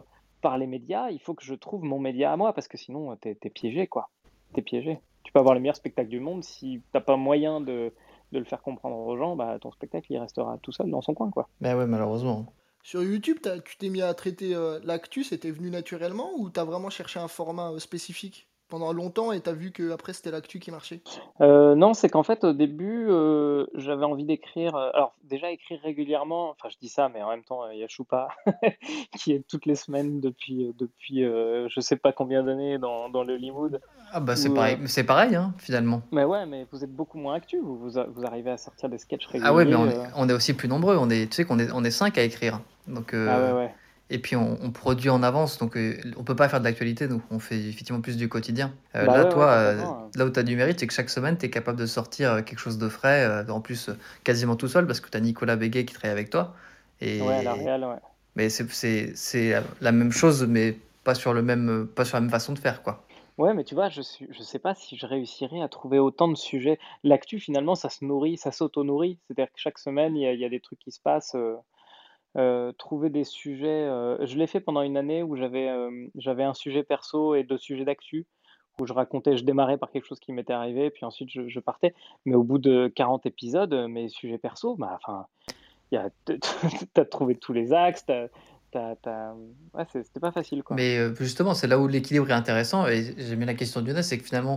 par les médias, il faut que je trouve mon média à moi, parce que sinon, t'es es piégé, quoi. T'es piégé. Tu peux avoir le meilleur spectacle du monde, si t'as pas moyen de, de le faire comprendre aux gens, bah, ton spectacle, il restera tout seul dans son coin, quoi. Mais ouais, malheureusement. Sur YouTube, t'as- tu t'es mis à traiter euh, l'actu, c'était venu naturellement ou t'as vraiment cherché un format euh, spécifique pendant longtemps et t'as vu que après c'était l'actu qui marchait? Euh, non, c'est qu'en fait, au début, euh, j'avais envie d'écrire. euh, Alors, déjà, écrire régulièrement, enfin, je dis ça, mais en même temps, euh, il y a Choupa qui est toutes les semaines depuis, euh, depuis euh, je sais pas combien d'années dans, dans l'Hollywood. Ah bah c'est Où, pareil, euh, c'est pareil hein, finalement. mais ouais, mais vous êtes beaucoup moins actu, vous, vous, a- vous arrivez à sortir des sketchs Ah ouais, mais réguliers. on est, euh. on est aussi plus nombreux. On est, tu sais qu'on est, on est cinq à écrire. Donc, Ah ouais, euh, ouais. et puis on, on produit en avance, donc euh, on peut pas faire de l'actualité, nous. On fait effectivement plus du quotidien. Euh, Bah là, ouais, ouais, toi, euh, complètement. là où tu as du mérite, c'est que chaque semaine, tu es capable de sortir euh, quelque chose de frais, euh, en plus euh, quasiment tout seul, parce que tu as Nicolas Béguet qui travaille avec toi. Ouais, à la Et... réal, ouais. Mais c'est c'est- c'est la même chose, mais pas sur, le même, pas sur la même façon de faire, quoi. Ouais, mais tu vois, je suis, je sais pas si je réussirais à trouver autant de sujets. L'actu, finalement, ça se nourrit, ça s'auto-nourrit. C'est-à-dire que chaque semaine, il y a, il y a des trucs qui se passent. euh, euh, trouver des sujets. euh, Je l'ai fait pendant une année où j'avais euh, j'avais un sujet perso et deux sujets d'actu, où je racontais, je démarrais par quelque chose qui m'était arrivé, puis ensuite je, je partais. Mais au bout de quarante épisodes, euh, mes sujets perso, bah, enfin, il y a, t'as trouvé tous les axes, t'as, t'as, t'as- ouais, c'est- c'était pas facile, quoi. Mais euh, justement, c'est là où l'équilibre est intéressant. Et j'ai mis la question de Younes, c'est que finalement,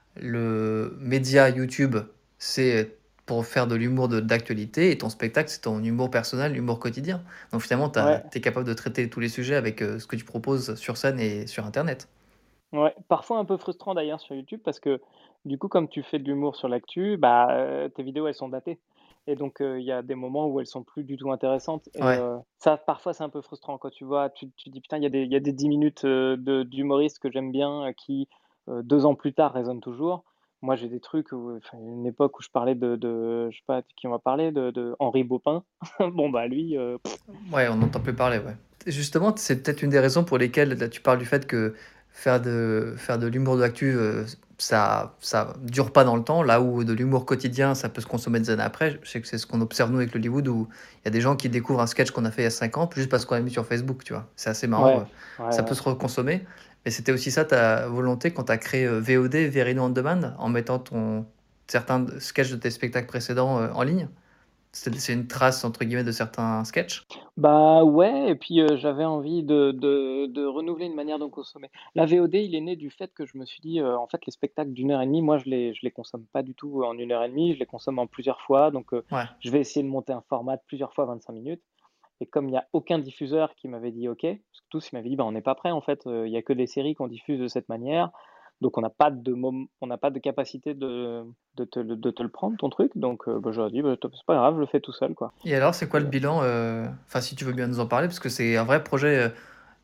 le média YouTube, c'est pour faire de l'humour de- d'actualité, et ton spectacle, c'est ton humour personnel, l'humour quotidien. Donc finalement, tu Ouais, es capable de traiter tous les sujets avec euh, ce que tu proposes sur scène et sur Internet. ouais. Parfois un peu frustrant d'ailleurs sur YouTube parce que du coup, comme tu fais de l'humour sur l'actu, bah, euh, tes vidéos elles sont datées. Et donc euh, il y a des moments où elles sont plus du tout intéressantes. Et Ouais. euh, ça, parfois c'est un peu frustrant quand tu vois, tu, tu dis putain, il y a des, il y a des dix minutes euh, de, d'humoristes que j'aime bien euh, qui, euh, deux ans plus tard, résonnent toujours. Moi j'ai des trucs, où, enfin, une époque où je parlais de, de je sais pas qui on va parler, de, de Henri Baupin. Bon bah lui, euh, pff, Ouais, on n'entend plus parler, ouais. Justement, c'est peut-être une des raisons pour lesquelles là, tu parles du fait que faire de, faire de l'humour de l'actu, euh, ça, ça dure pas dans le temps, là où de l'humour quotidien, ça peut se consommer des années après. Je sais que c'est ce qu'on observe nous avec l'Hollywood, où il y a des gens qui découvrent un sketch qu'on a fait il y a cinq ans, juste parce qu'on l'a mis sur Facebook, tu vois. C'est assez marrant, ouais, euh, ouais, ça peut ouais. se reconsommer. Mais c'était aussi ça ta volonté quand tu as créé euh, V O D, Verino On Demand, en mettant ton, certains sketchs de tes spectacles précédents euh, en ligne. C'est c'est une trace, entre guillemets, de certains sketchs. Bah ouais, et puis euh, j'avais envie de, de, de renouveler une manière de consommer. La V O D, il est né du fait que je me suis dit, euh, en fait, les spectacles d'une heure et demie, moi, je les, je les consomme pas du tout en une heure et demie, je les consomme en plusieurs fois. Donc, euh, Ouais. je vais essayer de monter un format de plusieurs fois vingt-cinq minutes. Et comme il n'y a aucun diffuseur qui m'avait dit OK, parce que tous ils m'avaient dit, bah, on n'est pas prêt, en fait, euh, il n'y a que des séries qu'on diffuse de cette manière. Donc, on n'a pas de mom- on n'a pas de capacité de, de te, le- de te le prendre, ton truc. Donc, euh, bah, j'aurais dit, bah, c'est pas grave, je le fais tout seul, quoi. Et alors, c'est quoi Et, le euh, bilan euh, Enfin, si tu veux bien nous en parler, parce que c'est un vrai projet, euh,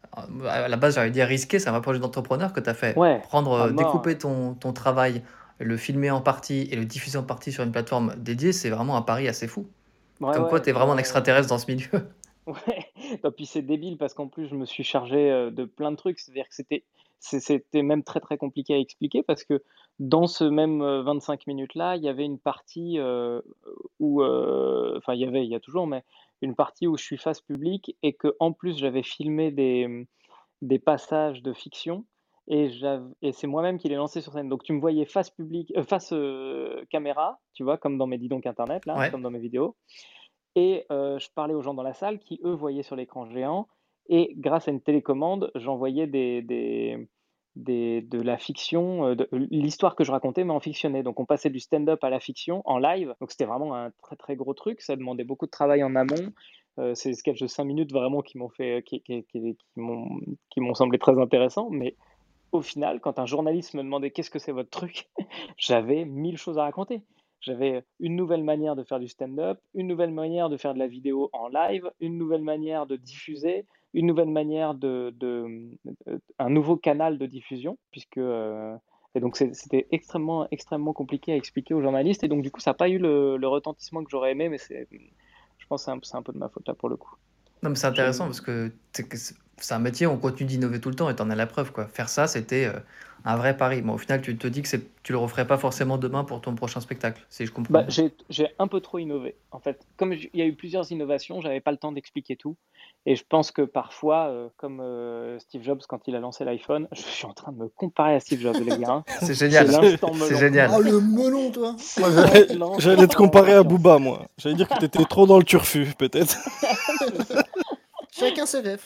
à la base, j'avais dit risqué, c'est un vrai projet d'entrepreneur que tu as fait. ouais, Prendre, à euh, mort. découper ton, ton travail, le filmer en partie et le diffuser en partie sur une plateforme dédiée, c'est vraiment un pari assez fou. Ouais, Comme quoi, ouais, tu es vraiment un bah, extraterrestre dans ce milieu. ouais. Et puis c'est débile parce qu'en plus je me suis chargé euh, de plein de trucs. C'est-à-dire que c'était c'est- c'était même très très compliqué à expliquer parce que dans ce même euh, vingt-cinq minutes là, il y avait une partie euh, où, euh, enfin il y avait, il y a toujours, mais une partie où je suis face publique et que en plus j'avais filmé des des passages de fiction et j'av- et c'est moi-même qui l'ai lancé sur scène. Donc tu me voyais face publique, euh, face euh, caméra, tu vois, comme dans mes Dis donc Internet là, Ouais. comme dans mes vidéos. Et heu, je parlais aux gens dans la salle qui, eux, voyaient sur l'écran géant et grâce à une télécommande, j'envoyais des des des de la fiction, heu, de l'histoire que je racontais, mais en fictionné. Donc on passait du stand-up à la fiction en live, donc c'était vraiment un très, très gros truc. Ça demandait beaucoup de travail en amont. Heu, c'est des sketchs de cinq minutes vraiment qui m'ont fait, qui qui qui qui m'ont qui m'ont semblé très intéressants, mais au final, quand un journaliste me demandait: «Qu'est-ce que c'est votre truc?» j'avais mille choses à raconter. J'avais une nouvelle manière de faire du stand-up, une nouvelle manière de faire de la vidéo en live, une nouvelle manière de diffuser, une nouvelle manière de de, mmh, un nouveau canal de diffusion puisque, heu et donc c'est c'était extrêmement, extrêmement compliqué à expliquer aux journalistes et donc du coup, ça a pas eu le le retentissement que j'aurais aimé, mais c'est, mmh, je pense que c'est un c'est un peu de ma faute là pour le coup. Non, mais c'est J'ai intéressant parce que, t'es que c'est- c'est un métier où on continue d'innover tout le temps et t'en as la preuve, quoi. Faire ça, c'était euh, un vrai pari. Mais au final, tu te dis que c'est, tu le referais pas forcément demain pour ton prochain spectacle, si je comprends Bah, bien. j'ai, j'ai un peu trop innové. En fait, comme j- il y a eu plusieurs innovations, j'avais pas le temps d'expliquer tout. Et je pense que parfois, euh, comme euh, Steve Jobs quand il a lancé l'iPhone, je suis en train de me comparer à Steve Jobs, les gars. Hein. C'est C'est génial. l'instant C'est melon. génial. Oh, le melon, toi. C'est Moi, j'allais, l'instant j'allais te melon comparer à impatient. Booba, moi. J'allais dire que t'étais trop dans le turfu, peut-être. C'est ça. Chacun ses rêves.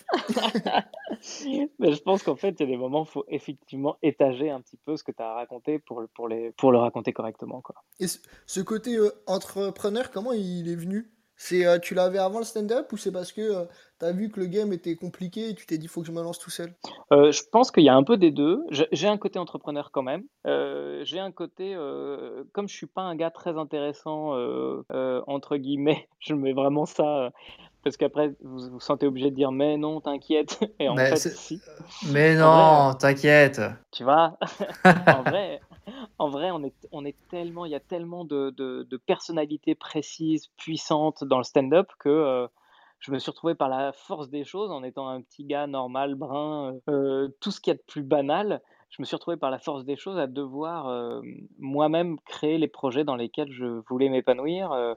Mais je pense qu'en fait, il y a des moments où il faut effectivement étager un petit peu ce que tu as raconté pour, le- pour, les, pour le raconter correctement, quoi. Et ce, ce côté euh, entrepreneur, comment il est venu? C'est euh, tu l'avais avant le stand-up ou c'est parce que euh, t'as vu que le game était compliqué et tu t'es dit faut que je me lance tout seul? Euh, je pense qu'il y a un peu des deux. J'ai j'ai un côté entrepreneur quand même. Euh, j'ai un côté, euh, comme je suis pas un gars très intéressant, euh, euh, entre guillemets, je mets vraiment ça, euh, parce qu'après vous vous sentez obligé de dire mais non, t'inquiète. Et en Mais, fait, c'est- si. mais En vrai, euh, non, t'inquiète. tu vois, en vrai, en vrai, on est, on est tellement, il y a tellement de, de, de personnalités précises, puissantes dans le stand-up que euh, je me suis retrouvé par la force des choses, en étant un petit gars normal, brun, euh, tout ce qu'il y a de plus banal, je me suis retrouvé par la force des choses à devoir euh, moi-même créer les projets dans lesquels je voulais m'épanouir. euh,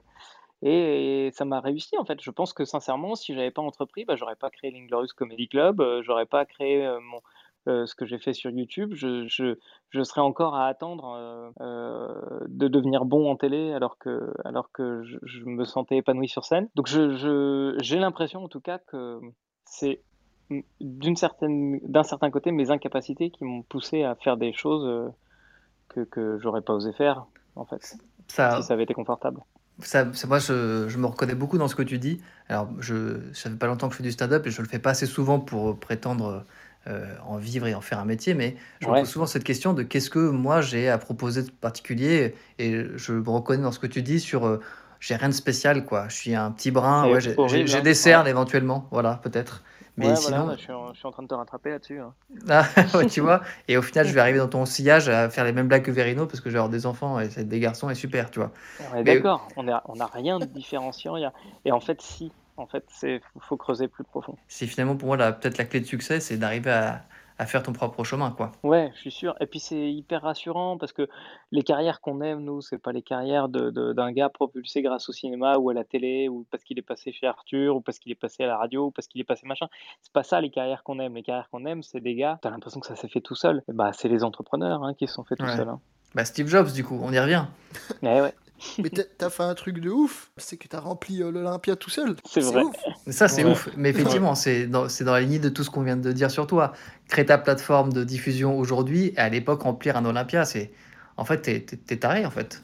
et, et ça m'a réussi en fait. Je pense que sincèrement, si j'avais pas entrepris, bah, j'aurais pas créé l'Inglorious Comedy Club, euh, j'aurais pas créé euh, mon, euh, ce que j'ai fait sur YouTube. Je, je, je serais encore à attendre euh, euh, de devenir bon en télé alors que, alors que je, je me sentais épanoui sur scène. Donc je, je, j'ai l'impression en tout cas que c'est mm, d'une certaine, d'un certain côté mes incapacités qui m'ont poussé à faire des choses euh, que, que j'aurais pas osé faire en fait, si Ça, ça avait été confortable. ça, ça- moi, je, je me reconnais beaucoup dans ce que tu dis. Alors, je, ça fait pas longtemps que je fais du stand-up et je le fais pas assez souvent pour prétendre euh, en vivre et en faire un métier, mais je me pose Ouais, souvent cette question de qu'est-ce que moi j'ai à proposer de particulier et je me reconnais dans ce que tu dis sur euh, j'ai rien de spécial, quoi. Je suis un petit brin, ouais, c'est j'ai j'ai- horrible, j'ai hein. des Ouais. cernes éventuellement, voilà, peut-être. Mais Ouais, voilà, bah, sinon, je suis en, je suis en train de te rattraper là-dessus. Hein. ah, ouais, tu vois, et au final, je vais arriver dans ton sillage à faire les mêmes blagues que Verino parce que j'ai avoir des enfants et c'est des garçons et super, tu vois. On est Mais d'accord, on a, on a rien de différenciant. il y a- Et en fait, si, en fait, c'est, faut faut creuser plus profond. c'est finalement pour moi la, peut-être la clé de succès, c'est d'arriver à, à faire ton propre chemin, quoi. Ouais, je suis sûr. Et puis c'est hyper rassurant parce que les carrières qu'on aime, nous, c'est pas les carrières de, de- d'un gars propulsé grâce au cinéma ou à la télé ou parce qu'il est passé chez Arthur ou parce qu'il est passé à la radio ou parce qu'il est passé machin. C'est pas ça les carrières qu'on aime. Les carrières qu'on aime, c'est des gars, t'as l'impression que ça s'est fait tout seul. Et bah, c'est les entrepreneurs hein, qui se sont fait tout Ouais. seuls. Hein. Bah Steve Jobs, du coup, on y revient. Eh ouais, Mais t'as t'as fait un truc de ouf, c'est que t'as rempli euh, l'Olympia tout seul. c'est C'est vrai. ouf. Mais ça, c'est Ouais, ouf. Mais ouais. effectivement, c'est dans, c'est dans la lignée de tout ce qu'on vient de dire sur toi. Créer ta plateforme de diffusion aujourd'hui et à l'époque remplir un Olympia, c'est. En fait, t'es, t'es, t'es taré, en fait.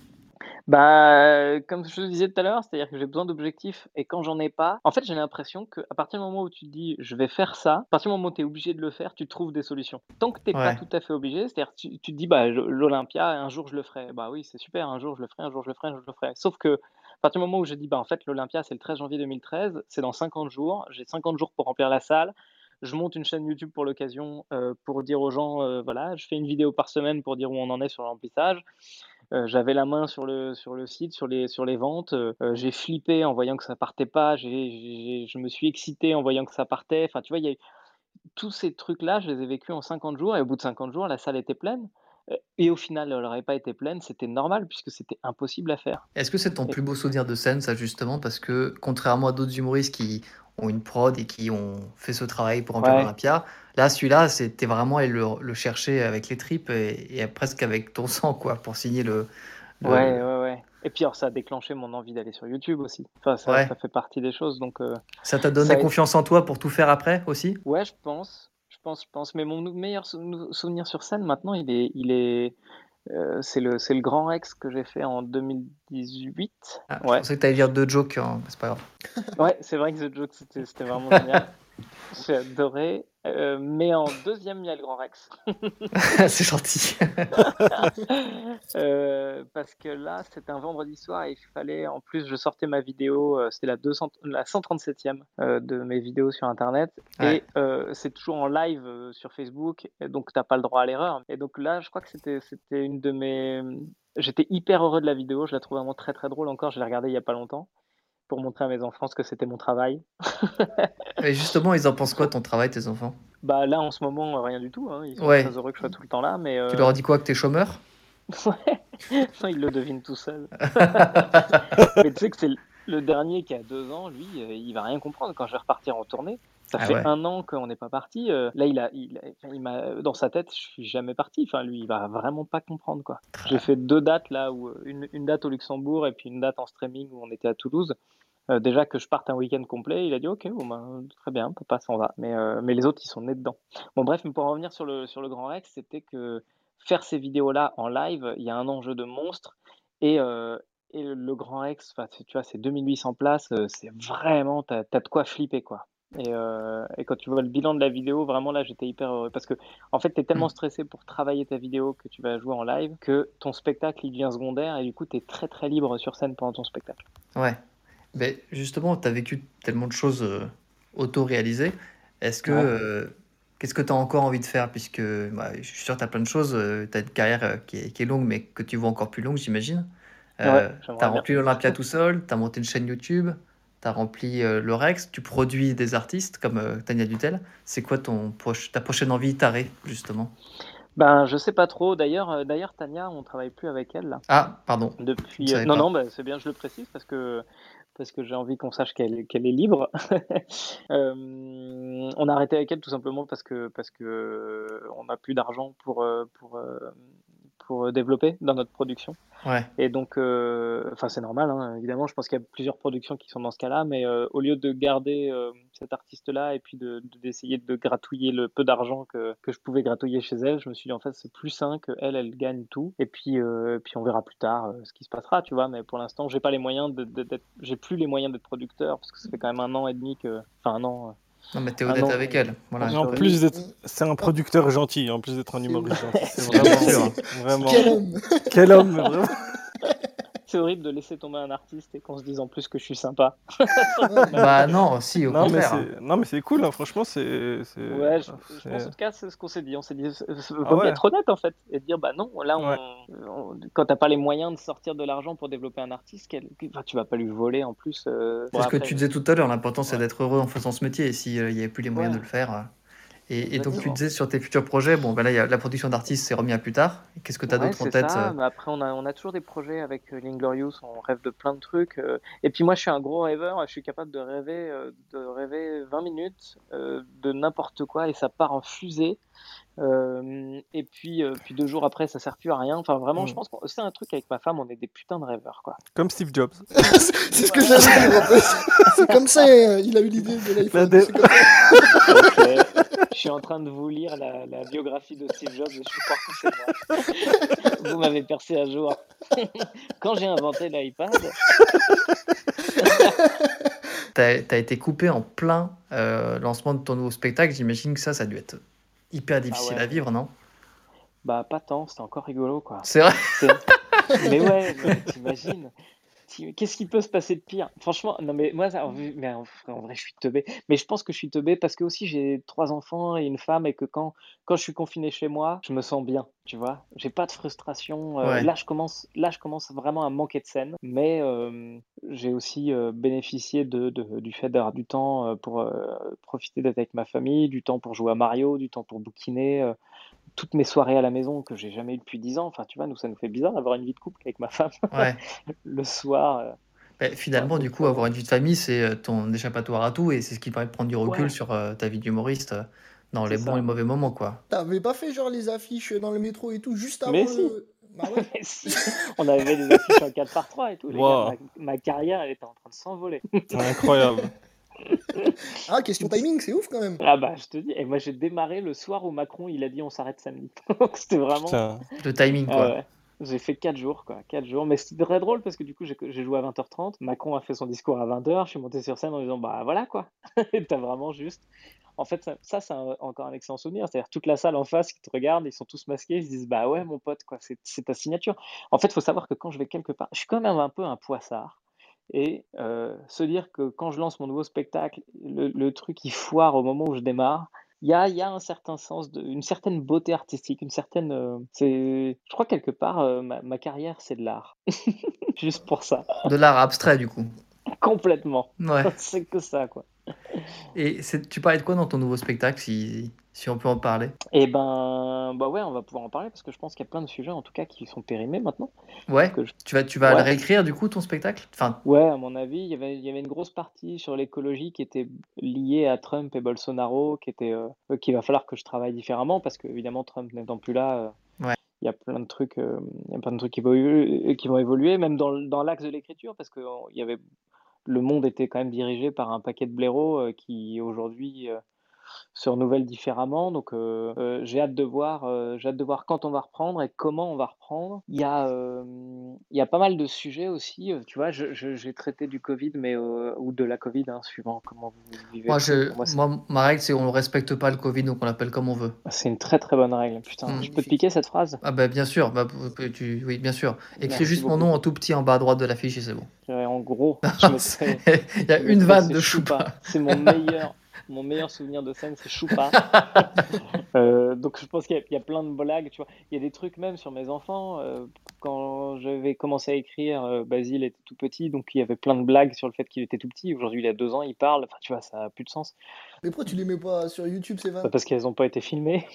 Bah, comme je te disais tout à l'heure, c'est-à-dire que j'ai besoin d'objectifs et quand j'en ai pas, en fait, j'ai l'impression qu'à partir du moment où tu te dis je vais faire ça, à partir du moment où tu es obligé de le faire, tu trouves des solutions. Tant que t'es pas Ouais. tout à fait obligé, c'est-à-dire que tu, tu te dis bah je- l'Olympia, un jour je le ferai. Bah oui, c'est super, un jour je le ferai, un jour je le ferai, un jour je le ferai. Sauf que à partir du moment où je dis bah en fait l'Olympia c'est le treize janvier deux mille treize, c'est dans cinquante jours, j'ai cinquante jours pour remplir la salle. Je monte une chaîne YouTube pour l'occasion euh, pour dire aux gens, euh, voilà, je fais une vidéo par semaine pour dire où on en est sur le remplissage. Heu, j'avais la main sur le sur le site, sur les sur les ventes, heu heu, j'ai flippé en voyant que ça partait pas, j'ai j'ai je me suis excité en voyant que ça partait. Enfin, tu vois, il y a eu tous ces trucs-là, je les ai vécus en cinquante jours et au bout de cinquante jours, la salle était pleine, heu et au final, elle aurait pas été pleine, c'était normal puisque c'était impossible à faire Est-ce que c'est ton et plus beau souvenir de scène, ça, justement? Parce que, contrairement à d'autres humoristes qui ont une prod et qui ont fait ce travail pour remplir ouais, l'Olympia, là, celui-là, c'était vraiment aller le, le chercher avec les tripes et, et presque avec ton sang, quoi, pour signer le, le, ouais, le- ouais, ouais et puis alors ça a déclenché mon envie d'aller sur YouTube aussi. Enfin, ça Ouais. ça fait partie des choses donc heu, Ça t'a donné ça a été confiance en toi pour tout faire après aussi? ouais, je pense, je pense, je pense mais mon nou meilleur souv souvenir sur scène maintenant, il est il est Heu, c'est le c'est le Grand Rex que j'ai fait en deux mille dix-huit. Ah, je Ouais, pensais que t'allais dire deux jokes, hein, mais c'est pas grave. ouais, c'est vrai que The Joke, c'était c'était vraiment génial. J'ai adoré, heu, mais en deuxième il y a le Grand Rex. C'est gentil. Heu, parce que là, c'était un vendredi soir et il fallait en plus je sortais ma vidéo, heu, c'était la deux cents la cent trente-septième, heu, de mes vidéos sur internet Ouais. et heu, c'est toujours en live, heu, sur Facebook et donc tu as pas le droit à l'erreur et donc là, je crois que c'était c'était une de mes, mmh j'étais hyper heureux de la vidéo, je la trouve vraiment très, très drôle encore, je l'ai regardée il y a pas longtemps pour montrer à mes enfants ce que c'était mon travail. Et justement, ils en pensent quoi, ton travail, tes enfants? Bah, là, en ce moment, rien du tout, hein. Ils sont très Ouais. heureux que je sois tout le temps là, mais Tu heu leur dis quoi, que t'es chômeur? ouais, non, ils le devinent tout seuls. Mais tu sais que c'est le le dernier qui a deux ans, lui, heu, il va rien comprendre quand je vais repartir en tournée. Ça Ah fait ouais. un an qu'on n'est pas partis, heu, là, il a il a enfin, il m'a dans sa tête, je suis jamais parti. Enfin, lui, il va vraiment pas comprendre, quoi. J'ai fait deux dates là où, heu, une une date au Luxembourg et puis une date en streaming où on était à Toulouse. Heu, déjà que je parte un week-end complet, il a dit: «OK, bon ben, très bien, papa s'en va». Mais heu, mais les autres, ils sont nés dedans. Bon bref, mais pour en revenir sur le sur le Grand Rex, c'était que faire ces vidéos-là en live, il y a un enjeu de monstre et heu et le le Grand Rex, enfin, tu tu vois, c'est deux mille huit cents places, heu, c'est vraiment tu as tu as de quoi flipper, quoi et heu et quand tu vois le bilan de la vidéo, vraiment là, j'étais hyper heureux parce qu'en fait, tu es tellement Mmh. stressé pour travailler ta vidéo que tu vas jouer en live que ton spectacle, il devient secondaire et du coup, tu es très, très libre sur scène pendant ton spectacle. Ouais. Beh, justement, tu as vécu tellement de choses, heu, auto-réalisées. Est-ce que, Ouais. heu, qu'est-ce que tu as encore envie de faire? Puisque, bah, je suis sûr que tu as plein de choses, heu, tu as une carrière, heu, qui est qui est longue, mais que tu vois encore plus longue, j'imagine. Ouais, Heu, tu as j'aimerais bien. rempli l'Olympia tout seul, tu as monté une chaîne YouTube, tu as rempli, heu, le Rex, tu produis des artistes comme, heu, Tania Dutel. C'est quoi ton proche ta prochaine envie tarée, justement? Ben, je sais pas trop. D'ailleurs, heu, d'ailleurs Tania, on travaille plus avec elle là, Ah, pardon, je ne depuis, heu savais non, pas. non, bah, c'est bien, je le précise parce que parce que j'ai envie qu'on sache qu'elle est qu'elle est libre. Hem, on a arrêté avec elle tout simplement parce que parce que, heu, on n'a plus d'argent pour, heu, pour, hem, pour, heu, développer dans notre production. Ouais. Et donc, heu, enfin, c'est normal, hein, évidemment. Je pense qu'il y a plusieurs productions qui sont dans ce cas-là, mais heu, au lieu de garder, hem, cet artiste-là et puis de de d'essayer de gratouiller le peu d'argent que que je pouvais gratouiller chez elle, je me suis dit: «En fait, c'est plus sain qu'elle, elle gagne tout et puis, heu, puis on verra plus tard, heu, ce qui se passera», tu vois? Mais pour l'instant, j'ai pas les moyens de de d'être j'ai plus les moyens d'être producteur parce que ça fait quand même un an et demi que enfin un an, heu, Non, mais tu es un honnête an avec qu'on elle, qu'on voilà. Et en survit. plus d'être, Mm. c'est un Non, producteur gentil, en plus d'être un c'est humoriste gentil, c'est c'est- Bien vraiment, sûr. c'est- vraiment, quel homme! quel homme, mais vraiment. C'est horrible de laisser tomber un artiste et qu'on se dise en plus que je suis sympa. Ça ça Ouais. m'avait Bah non, si, au Non, mais contraire. c'est, non, mais c'est cool, hein, franchement, c'est, c'est, Ouais, je, je pense c'est- en tout cas, c'est ce qu'on s'est dit. On s'est dit, il ah vaut mieux ouais, être honnête en fait et dire bah non, là, ouais. on, on- quand t'as pas les moyens de sortir de l'argent pour développer un artiste, quel- enfin, tu vas pas lui voler en plus. Euh, bon, C'est ce que après, tu disais tout à l'heure, l'important c'est ouais, d'être heureux en faisant ce métier et s'il n'y avait plus les moyens de ouais, le faire. euh, Et, et donc tu exactement. disais sur tes futurs projets, bon ben là il y a la production d'artistes c'est remis à plus tard. Qu'est-ce que tu as Ouais, d'autre en c'est tête euh ça. Mais après, on a, on a toujours des projets avec euh, l'Inglorious. On rêve de plein de trucs. euh. Et puis moi, je suis un gros rêveur. Je suis capable de rêver, euh, de rêver vingt minutes euh, de n'importe quoi et ça part en fusée. Euh, et puis, euh, puis deux jours après, ça sert plus à rien. Enfin, vraiment, je Mm. pense que c'est un truc avec ma femme. On est des putains de rêveurs, quoi. Comme Steve Jobs. C'est ce que j'allais dire en fait. C'est comme ça euh, il a eu l'idée de La l'iPhone. dé- C'est comme ça. Ok. Je suis en train de vous lire la, la biographie de Steve Jobs et je suis croire que c'est moi. Vous m'avez percé à jour. Quand j'ai inventé l'iPad, T'as, t'as été coupé en plein euh, lancement de ton nouveau spectacle. J'imagine que ça, ça a dû être hyper ah difficile à ouais, vivre, non? bah pas tant, c'était encore rigolo, quoi. C'est vrai? C'est... Mais ouais, mais t'imagines? Ti- Qu'est-ce qui peut se passer de pire? Franchement, non mais moi, ça- en vrai- mais en, en vrai, je suis teubé. Mais je pense que je suis teubé parce que aussi j'ai trois enfants et une femme et que quand, quand je suis confiné chez moi, je me sens bien, tu vois. J'ai pas de frustration. euh, Ouais. là, je commence, là, je commence vraiment à manquer de scène. Mais euh, j'ai aussi euh, bénéficié de, de- du fait d'avoir du temps euh, pour euh, profiter d'être avec ma famille, du temps pour jouer à Mario, du temps pour bouquiner. euh, toutes mes soirées à la maison que j'ai jamais eu depuis dix ans. Enfin, tu vois, nous, ça nous fait bizarre d'avoir une vie de couple avec ma femme. Ouais. Le soir, euh, Ben, pour un finalement, peu du de coup, avoir présence. une vie de famille, c'est euh, ton échappatoire à tout et c'est ce qui permet de prendre du recul Ouais, sur euh, ta vie d'humoriste euh, dans les c'est bons et ça. mauvais moments, quoi. T'avais pas fait genre les affiches dans le métro et tout juste Mais avant si, le. Bah ouais. mais si, on avait des affiches en quatre par trois et tout, les gars. Waouh, Ma, ma carrière, elle était en train de s'envoler. c'est incroyable. Ah, question timing, c'est ouf quand même. Ah bah, je te dis, et moi j'ai démarré le soir où Macron, il a dit on s'arrête samedi. Donc c'était vraiment... Putain. Le timing, Ah quoi. ouais. J'ai fait quatre jours, quoi. Quatre jours. Mais c'était très drôle parce que du coup, j'ai j'ai joué à vingt heures trente. Macron a fait son discours à vingt heures. Je suis monté sur scène en disant, bah voilà, quoi. Et t'as vraiment juste. En fait, ça, ça, c'est un- encore un excellent souvenir. C'est-à-dire toute la salle en face qui te regarde, ils sont tous masqués, ils se disent, bah ouais, mon pote, quoi, c'est c'est ta signature. En fait, il faut savoir que quand je vais quelque part, je suis quand même un peu un poissard. Et euh, se dire que quand je lance mon nouveau spectacle, le, le truc il foire au moment où je démarre, il y a, il y a un certain sens, de, une certaine beauté artistique, une certaine. euh, c'est, je crois quelque part, euh, ma, ma carrière, c'est de l'art. Juste pour ça. De l'art abstrait, du coup. Complètement. Ouais. C'est que ça, quoi. Et c'est, tu parlais de quoi dans ton nouveau spectacle, si, si on peut en parler? Et ben, bah ouais, on va pouvoir en parler parce que je pense qu'il y a plein de sujets, en tout cas, qui sont périmés maintenant. Ouais. Que je- Tu vas, tu vas le Ouais. réécrire du coup ton spectacle? Enfin, Ouais, à mon avis, il y avait, il y avait une grosse partie sur l'écologie qui était liée à Trump et Bolsonaro, qui était, euh, euh, qu'il va falloir que je travaille différemment parce que évidemment Trump n'étant plus là, euh, Ouais. il y a plein de trucs, euh, il y a plein de trucs qui vont évoluer, qui vont évoluer, même dans, l- dans l'axe de l'écriture, parce que euh, il y avait, le monde était quand même dirigé par un paquet de blaireaux euh, qui aujourd'hui euh, se renouvellent différemment. Donc euh, euh, j'ai hâte de voir, euh, j'ai hâte de voir quand on va reprendre et comment on va reprendre. Il y a, euh, il y a pas mal de sujets aussi. euh, Tu vois, je, je- j'ai traité du Covid, mais euh, ou de la Covid, hein, suivant comment vous vivez moi, le truc. je, Pour moi, c'est moi, ma règle, c'est on ne respecte pas le Covid, donc on l'appelle comme on veut. c'est une très très bonne règle. Putain, Mm. je peux te piquer cette phrase? Ah bah bien sûr, bah, p- tu, oui, bien sûr. Écris Merci juste mon beaucoup. nom en tout petit en bas à droite de l'affiche et c'est bon. Euh, En gros, je mettrais, Il y a je une mettrais vanne c'est de Choupa. Choupa. C'est mon meilleur, mon meilleur souvenir de scène, c'est Choupa. Euh, donc je pense qu'il y, a- il y a plein de blagues, tu vois. Il y a des trucs même sur mes enfants. euh, quand j'avais commencé à écrire, euh, Basile était tout petit, donc il y avait plein de blagues sur le fait qu'il était tout petit. Aujourd'hui, il a deux ans, il parle. Enfin, tu vois, ça a plus de sens. Mais pourquoi tu les mets pas sur YouTube, ces Pas vannes? parce qu'elles n'ont pas été filmées.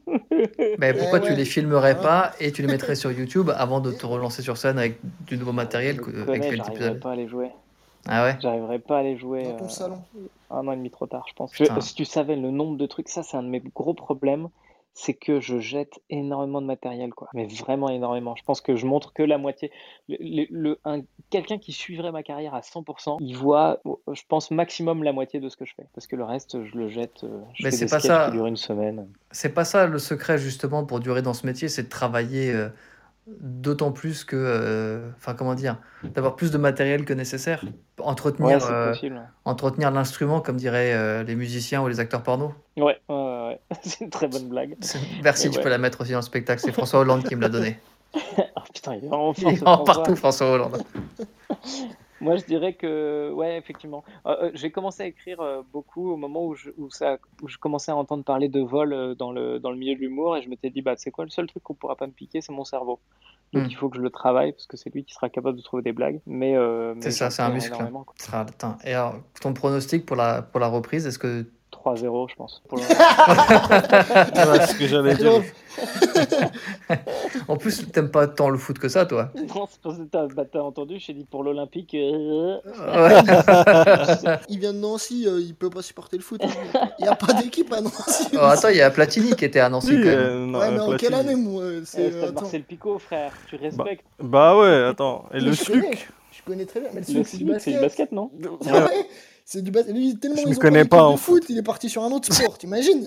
Mais Eh pourquoi tu ouais, les filmerais voilà. pas et tu les mettrais sur YouTube avant de te relancer sur scène avec du nouveau matériel Je que- me avec connais, quel j'arriverai épisode? pas à les jouer. Ah ouais? J'arriverai pas à les jouer Dans ton euh, salon. un an et demi trop tard, je pense. Je- Putain. si tu savais le nombre de trucs, ça c'est un de mes gros problèmes, c'est que je jette énormément de matériel, quoi. Mais vraiment énormément. Je pense que je montre que la moitié. Le, le- le- un, quelqu'un qui suivrait ma carrière à cent pour cent, il voit, oh, je pense, maximum la moitié de ce que je fais. Parce que le reste, je le jette. euh, Je Mais fais c'est des pas sketchs qui ça. durent une semaine. C'est pas ça le secret justement pour durer dans ce métier, c'est de travailler euh, d'autant plus que, euh, enfin comment dire, d'avoir plus de matériel que nécessaire, Ouais, entretenir, c'est euh, possible. entretenir l'instrument comme diraient euh, les musiciens ou les acteurs porno. Ouais, ouais, ouais, ouais. C'est une très bonne blague. C'est- Mais Merci, tu peux ouais. la mettre aussi dans le spectacle. C'est François Hollande qui me l'a donné. Ah putain, il est vraiment Il fort est ce vraiment François. partout, François Hollande. Moi, je dirais que, ouais, effectivement. Euh, euh, j'ai commencé à écrire euh, beaucoup au moment où je, où ça, où je commençais à entendre parler de vol euh, dans le, dans le milieu de l'humour et je m'étais dit, bah, c'est quoi, le seul truc qu'on pourra pas me piquer, c'est mon cerveau. Donc, Hmm. il faut que je le travaille parce que c'est lui qui sera capable de trouver des blagues. Mais, euh, C'est mais ça, j'en c'est un perds muscle. énormément, quoi. Ce sera- attends. Et alors, ton pronostic pour la, pour la reprise, est-ce que... trois zéro, je pense. Pour le- Voilà ce que j'allais C'est dire. drôle. En plus, t'aimes pas tant le foot que ça, toi. Non, c'est parce que t'as, bah, t'as entendu, j'ai dit pour l'Olympique. euh, Ouais. Il vient de Nancy, euh, il peut pas supporter le foot. hein. Il n'y a pas d'équipe à Nancy. Oh, attends, il y a Platini qui était à Nancy Si, quand même. euh, non, Ouais, euh, mais en quelle Platini. année, moi eh, c'est, Stade euh, attends. Marcel Picot, frère. Tu Bah, respectes. bah ouais, attends. Et Mais le je connais, SLUC je connais très bien. Mais le Le SLUC, c'est du SLUC, c'est du basket. basket, non? Ah ouais, c'est du basket. Lui, tellement Je ils me ont pas connais d'équipe pas de en foot, il est parti sur un autre sport, t'imagines?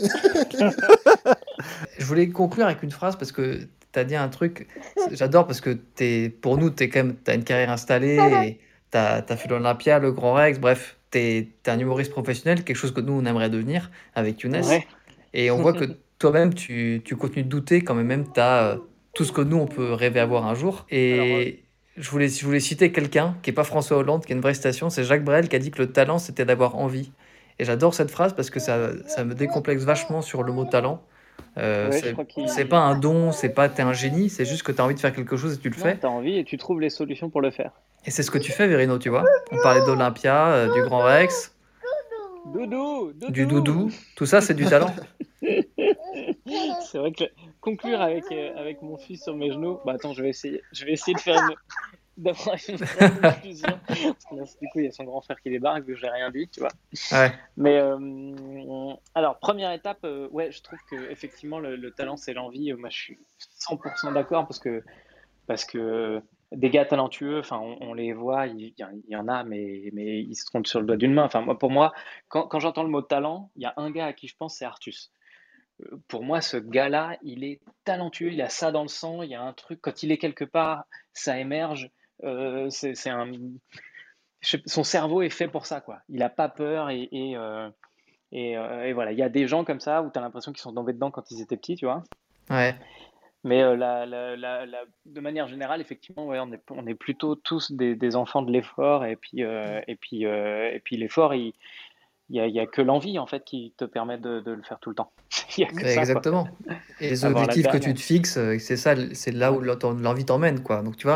Je voulais conclure avec une phrase parce que t'as dit un truc, c'est- j'adore parce que t'es, pour nous, t'es quand même, t'as une carrière installée, et t'as, t'as fait l'Olympia, le Grand Rex, bref, t'es, t'es un humoriste professionnel, quelque chose que nous, on aimerait devenir avec Younes. Ouais. Et on voit que toi-même, tu, tu continues de douter quand même, t'as euh, tout ce que nous, on peut rêver avoir un jour. Alors, euh, Et je voulais, je voulais citer quelqu'un qui n'est pas François Hollande, qui est une vraie citation, c'est Jacques Brel qui a dit que le talent, c'était d'avoir envie. Et j'adore cette phrase parce que ça, ça me décomplexe vachement sur le mot talent. Euh, ouais, je c'est crois qu'il. c'est pas un don, c'est pas t'es un génie, c'est juste que t'as envie de faire quelque chose et tu le Non, fais. t'as envie et tu trouves les solutions pour le faire. Et c'est ce que tu fais, Verino, tu vois. On parlait d'Olympia, euh, du Grand Rex, Doudou, du doudou. doudou, tout ça, c'est du talent. C'est vrai que conclure avec, euh, avec mon fils sur mes genoux. Bah attends, je vais essayer. Je vais essayer de faire une d'avoir une vraie conclusion. Parce que là, du coup, il y a son grand frère qui débarque vu que j'ai rien dit, tu vois. Ouais, Mais euh, alors, première étape, euh, ouais, je trouve que effectivement le, le talent c'est l'envie. Moi, je suis cent pour cent d'accord parce que parce que des gars talentueux, enfin, on, on les voit, il y, il y en a, mais mais ils se comptent sur le doigt d'une main. Enfin, moi, pour moi, quand, quand j'entends le mot talent, il y a un gars à qui je pense, c'est Artus. Euh, Pour moi, ce gars-là, il est talentueux, il a ça dans le sang, il y a un truc, quand il est quelque part, ça émerge. Euh, c'est c'est un, je sais- son cerveau est fait pour ça, quoi. Il a pas peur et, et, euh, et, euh, et voilà. Il y a des gens comme ça où tu as l'impression qu'ils sont tombés dedans quand ils étaient petits, tu vois. ouais, Mais euh, la, la, la, la- de manière générale, effectivement, ouais, on est, on est plutôt tous des, des enfants de l'effort. Et puis, euh, et puis, euh, et puis l'effort, il il y a, il y a que l'envie, en fait, qui te permet de, de le faire tout le temps. Il y a que mais ça, quoi. exactement. Et les Avoir la objectifs que dalle. tu te fixes, euh, c'est ça, c'est là où l'en- l'envie t'emmène, quoi. Donc tu vois,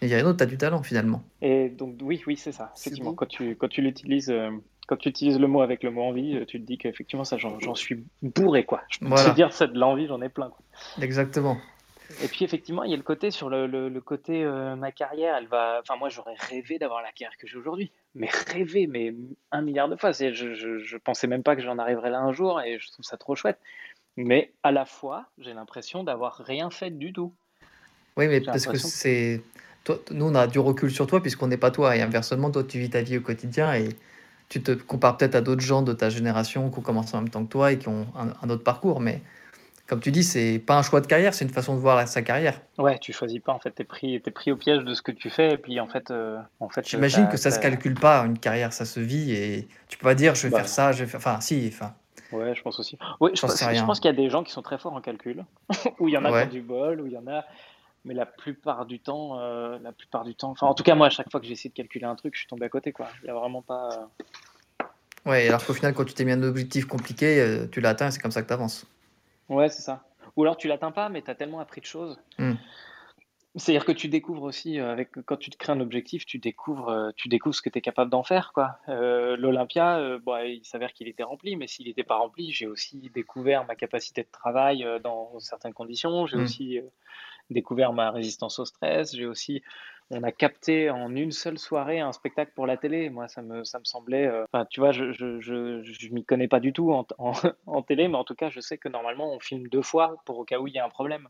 Et Verino, t'as du talent finalement. Et donc, oui, oui, c'est ça. C'est Effectivement, beau. quand tu, quand tu l'utilises, euh, quand tu utilises le mot avec le mot envie, euh, tu te dis qu'effectivement, ça, j'en, j'en suis bourré, quoi. Je peux te Voilà, dire, ça, de l'envie, j'en ai plein, quoi. exactement. Et puis, effectivement, il y a le côté sur le, le, le côté, euh, ma carrière, elle va. Enfin, moi, j'aurais rêvé d'avoir la carrière que j'ai aujourd'hui. Mais rêvé, mais un milliard de fois. C'est, je, je, je pensais même pas que j'en arriverais là un jour et je trouve ça trop chouette. Mais à la fois, j'ai l'impression d'avoir rien fait du tout. Oui, mais J'ai parce que l'impression que. c'est. Toi, nous, on a du recul sur toi puisqu'on n'est pas toi. Et inversement, toi, tu vis ta vie au quotidien et tu te compares peut-être à d'autres gens de ta génération qui ont commencé en même temps que toi et qui ont un, un autre parcours. Mais comme tu dis, c'est pas un choix de carrière, c'est une façon de voir sa carrière. Ouais, tu choisis pas, en fait. T'es pris, t'es pris au piège de ce que tu fais. Et puis, en fait, euh, en fait euh, J'imagine que t'as, ça se t'as- calcule pas, une carrière, ça se vit et tu peux pas dire je vais Bah faire non. ça, je vais faire. Enfin, si, enfin, Ouais, je pense aussi. Ouais, je, j'en sais pense- je rien. pense qu'il y a des gens qui sont très forts en calcul, où il y en a qui ont Ouais. du bol, où il y en a. Mais la plupart du temps, euh, la plupart du temps, enfin, en tout cas, moi, à chaque fois que j'ai essayé de calculer un truc, je suis tombé à côté, quoi. Il y a vraiment pas. euh, Ouais, alors qu'au final, quand tu t'es mis un objectif compliqué, euh, tu l'as atteint et c'est comme ça que tu avances. Ouais, c'est ça. Ou alors tu l'atteins pas, mais t'as tellement appris de choses. Hmm. C'est-à-dire que tu découvres aussi, euh, avec, quand tu te crées un objectif, tu découvres, euh, tu découvres ce que tu es capable d'en faire, quoi. Euh, L'Olympia, euh, bon, il s'avère qu'il était rempli, mais s'il n'était pas rempli, j'ai aussi découvert ma capacité de travail euh, dans certaines conditions. J'ai Hmm. aussi euh, découvert ma résistance au stress. J'ai aussi, on a capté en une seule soirée un spectacle pour la télé. Moi, ça me, ça me semblait, euh, enfin, tu vois, je, je, je, je m'y connais pas du tout en, en, en télé, mais en tout cas, je sais que normalement, on filme deux fois pour au cas où il y a un problème.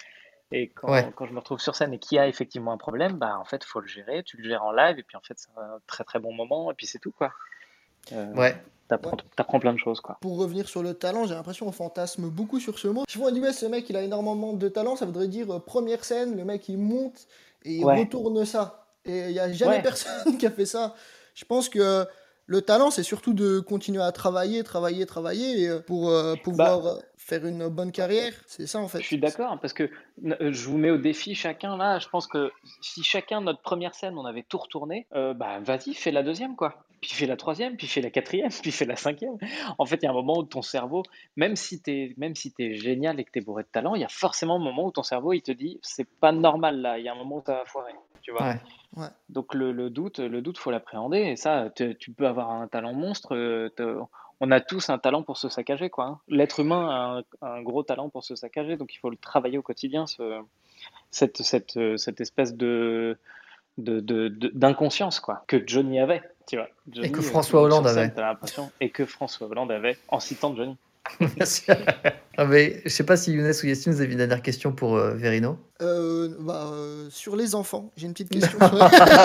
Et Ouais, quand, quand je me retrouve sur scène et qu'il y a effectivement un problème, bah en fait, il faut le gérer. Tu le gères en live et puis en fait, c'est un très très bon moment et puis c'est tout, quoi. Euh, ouais. Ouais. t'apprends, t'apprends plein de choses, quoi. Pour revenir sur le talent, j'ai l'impression qu'on fantasme beaucoup sur ce mot. Souvent on dit ouais, ce mec il a énormément de talent, ça voudrait dire euh, première scène, le mec il monte et il Ouais, retourne ça. Et il n'y a jamais ouais, personne qui a fait ça. Je pense que le talent c'est surtout de continuer à travailler, travailler, travailler et, euh, pour euh, pouvoir bah euh, faire une bonne carrière. C'est ça en je fait. suis d'accord hein, parce que euh, je vous mets au défi chacun là. Je pense que si chacun notre première scène on avait tout retourné, euh, bah vas-y, fais la deuxième, quoi. Puis fais la troisième, puis fais la quatrième, puis fais la cinquième. En fait, il y a un moment où ton cerveau, même si t'es, même si t'es génial et que t'es bourré de talent, il y a forcément un moment où ton cerveau il te dit c'est pas normal là. Il y a un moment où ça va foirer, tu vois. Ouais. Ouais. Donc le, le doute, le doute, faut l'appréhender. Et ça, te- tu peux avoir un talent monstre. euh, te- on a tous un talent pour se saccager, quoi, hein. L'être humain a un, un gros talent pour se saccager, donc il faut le travailler au quotidien, ce- cette, cette, euh, cette espèce de, de, de- de- d'inconscience, quoi, que Johnny avait. Tu vois, Et que Johnny, euh, François tu- Hollande sur scène, avait. tu as l'impression, et que François Hollande avait en citant Johnny. Merci. Ah, mais je sais pas si Younes ou Yacine, vous avez une dernière question pour euh, Verino. Euh, bah, euh, sur les enfants, j'ai une petite question. Sur...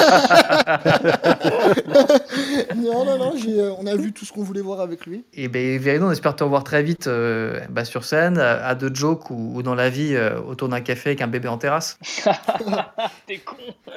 non, non, non, j'ai, euh, on a vu tout ce qu'on voulait voir avec lui. Et ben Verino, on espère te revoir très vite euh, bah, sur scène, à, à The Joke ou, ou dans la vie euh, autour d'un café avec un bébé en terrasse. T'es con.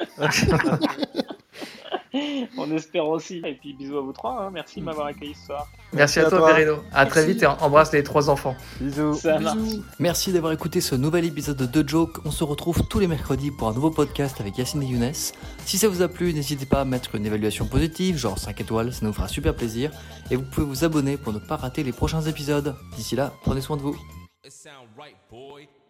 On espère aussi. Et puis bisous à vous trois, hein. Merci de m'avoir accueilli ce soir. Merci, à, toi, Verino. À très Merci. vite et embrasse les trois enfants. Bisous. Ça marche. Bisous. Merci d'avoir écouté ce nouvel épisode de The Joke. On se retrouve tous les mercredis pour un nouveau podcast avec Yacine et Younes. Si ça vous a plu, n'hésitez pas à mettre une évaluation positive, genre cinq étoiles, ça nous fera super plaisir. Et vous pouvez vous abonner pour ne pas rater les prochains épisodes. D'ici là, prenez soin de vous. It sound right, boy.